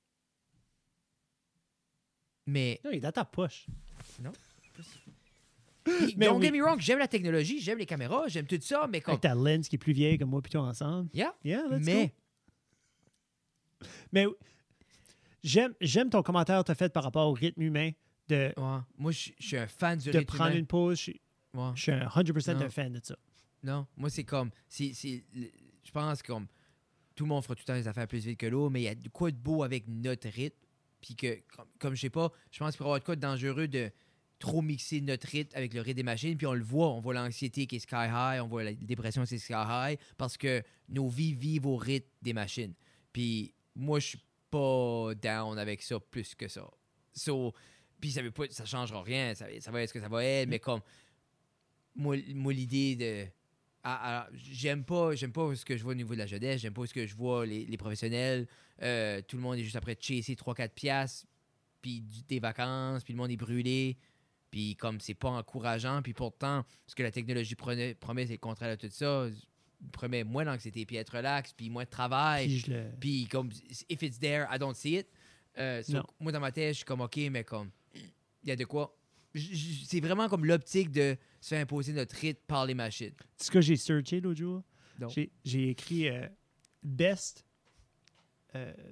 Mais...
Non, il est dans ta poche.
Non. Don't get me wrong, j'aime la technologie, j'aime les caméras, j'aime tout ça, mais comme...
Avec ta lens qui est plus vieille que moi puis toi ensemble.
Yeah,
let's
mais...
go. Mais j'aime ton commentaire que tu as fait par rapport au rythme humain de...
Ouais. Moi, je suis un fan du
rythme
rythme
de prendre
humain.
une pause. Je suis un 100% un fan de ça.
Non, moi, c'est comme... Je pense que comme... Tout le monde fera tout le temps les affaires plus vite que l'autre, mais il y a de quoi de beau avec notre rythme, puis que, comme je sais pas, je pense qu'il pourrait y avoir de quoi de dangereux de trop mixer notre rythme avec le rythme des machines, puis on voit l'anxiété qui est sky high, on voit la dépression qui est sky high, parce que nos vies vivent au rythme des machines. Puis moi, je suis pas down avec ça plus que ça. Puis ça veut pas, ça changera rien, ça va être ce que ça va être, mais comme moi l'idée de... j'aime pas ce que je vois au niveau de la jeunesse, j'aime pas ce que je vois les professionnels, tout le monde est juste après de chasser 3-4 piastres, puis des vacances, puis le monde est brûlé, puis comme c'est pas encourageant, puis pourtant, ce que la technologie promet, c'est le contraire de tout ça. Il promet moins d'anxiété, puis être relax, puis moins de travail, puis comme, if it's there, I don't see it. Moi, dans ma tête, je suis comme, OK, mais comme, il y a de quoi... C'est vraiment comme l'optique de se faire imposer notre rythme par les machines.
C'est ce que j'ai searché l'autre jour. J'ai écrit best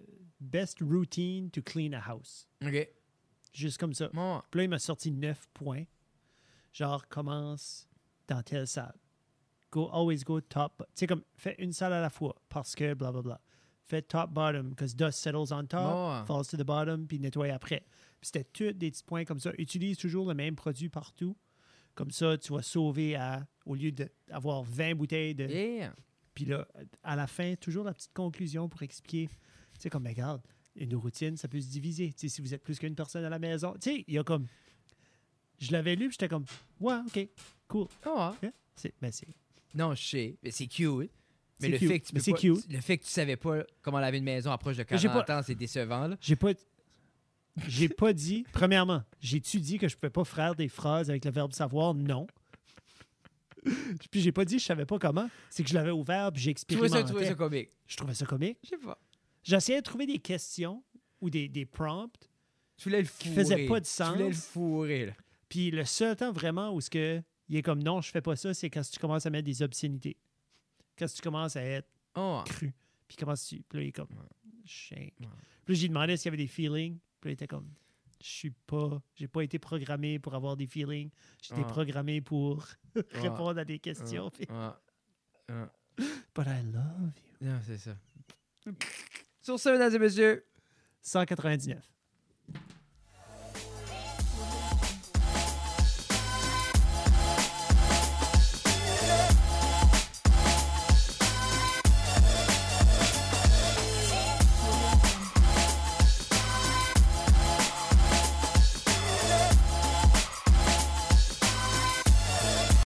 best routine to clean a house.
OK.
Juste comme ça.
Bon.
Puis là, il m'a sorti 9 points. Genre, commence dans telle salle. Always go top. Tu sais, comme, fais une salle à la fois parce que blablabla. Fais top, bottom, because dust settles on top,
Bon.
falls to the bottom, puis nettoie après. Puis c'était tous des petits points comme ça. Utilise toujours le même produit partout. Comme ça, tu vas sauver au lieu d'avoir 20 bouteilles de.
Yeah.
Puis là, à la fin, toujours la petite conclusion pour expliquer. Tu sais, comme, ben, regarde, une routine, ça peut se diviser. Tu sais, si vous êtes plus qu'une personne à la maison. Tu sais, il y a comme. Je l'avais lu, puis j'étais comme, ouais, OK, cool.
Oh.
Yeah. C'est.
Non, je sais. Mais c'est cute. Mais
C'est
le
cute.
fait que tu
Mais
peux
c'est
pas,
cute.
le fait que tu savais pas comment laver une maison à proche de
Mais j'ai
40 ans, c'est décevant, là.
J'ai pas dit. Premièrement, j'ai-tu dit que je pouvais pas faire des phrases avec le verbe savoir? Non. Puis j'ai pas dit que je savais pas comment. C'est que je l'avais ouvert puis j'ai
Tu trouvais
expérimenté.
ça comique?
Je trouvais ça comique.
Je sais pas.
J'essayais de trouver des questions ou des prompts.
Tu voulais le
Qui
fourrer.
faisait pas de sens.
Tu voulais le fourrer, là.
Puis le seul temps vraiment où il est comme non, je fais pas ça, c'est quand tu commences à mettre des obscénités. Quand tu commences à être
Oh.
cru. Puis comment tu. Puis là, il est comme. Chien. Puis là, j'ai demandé s'il y avait des feelings. Puis là, il était comme. J'ai pas été programmé pour avoir des feelings. J'ai été programmé pour répondre à des questions. Puis, but I love you.
Non, c'est ça. Sur ce, mesdames et messieurs.
199.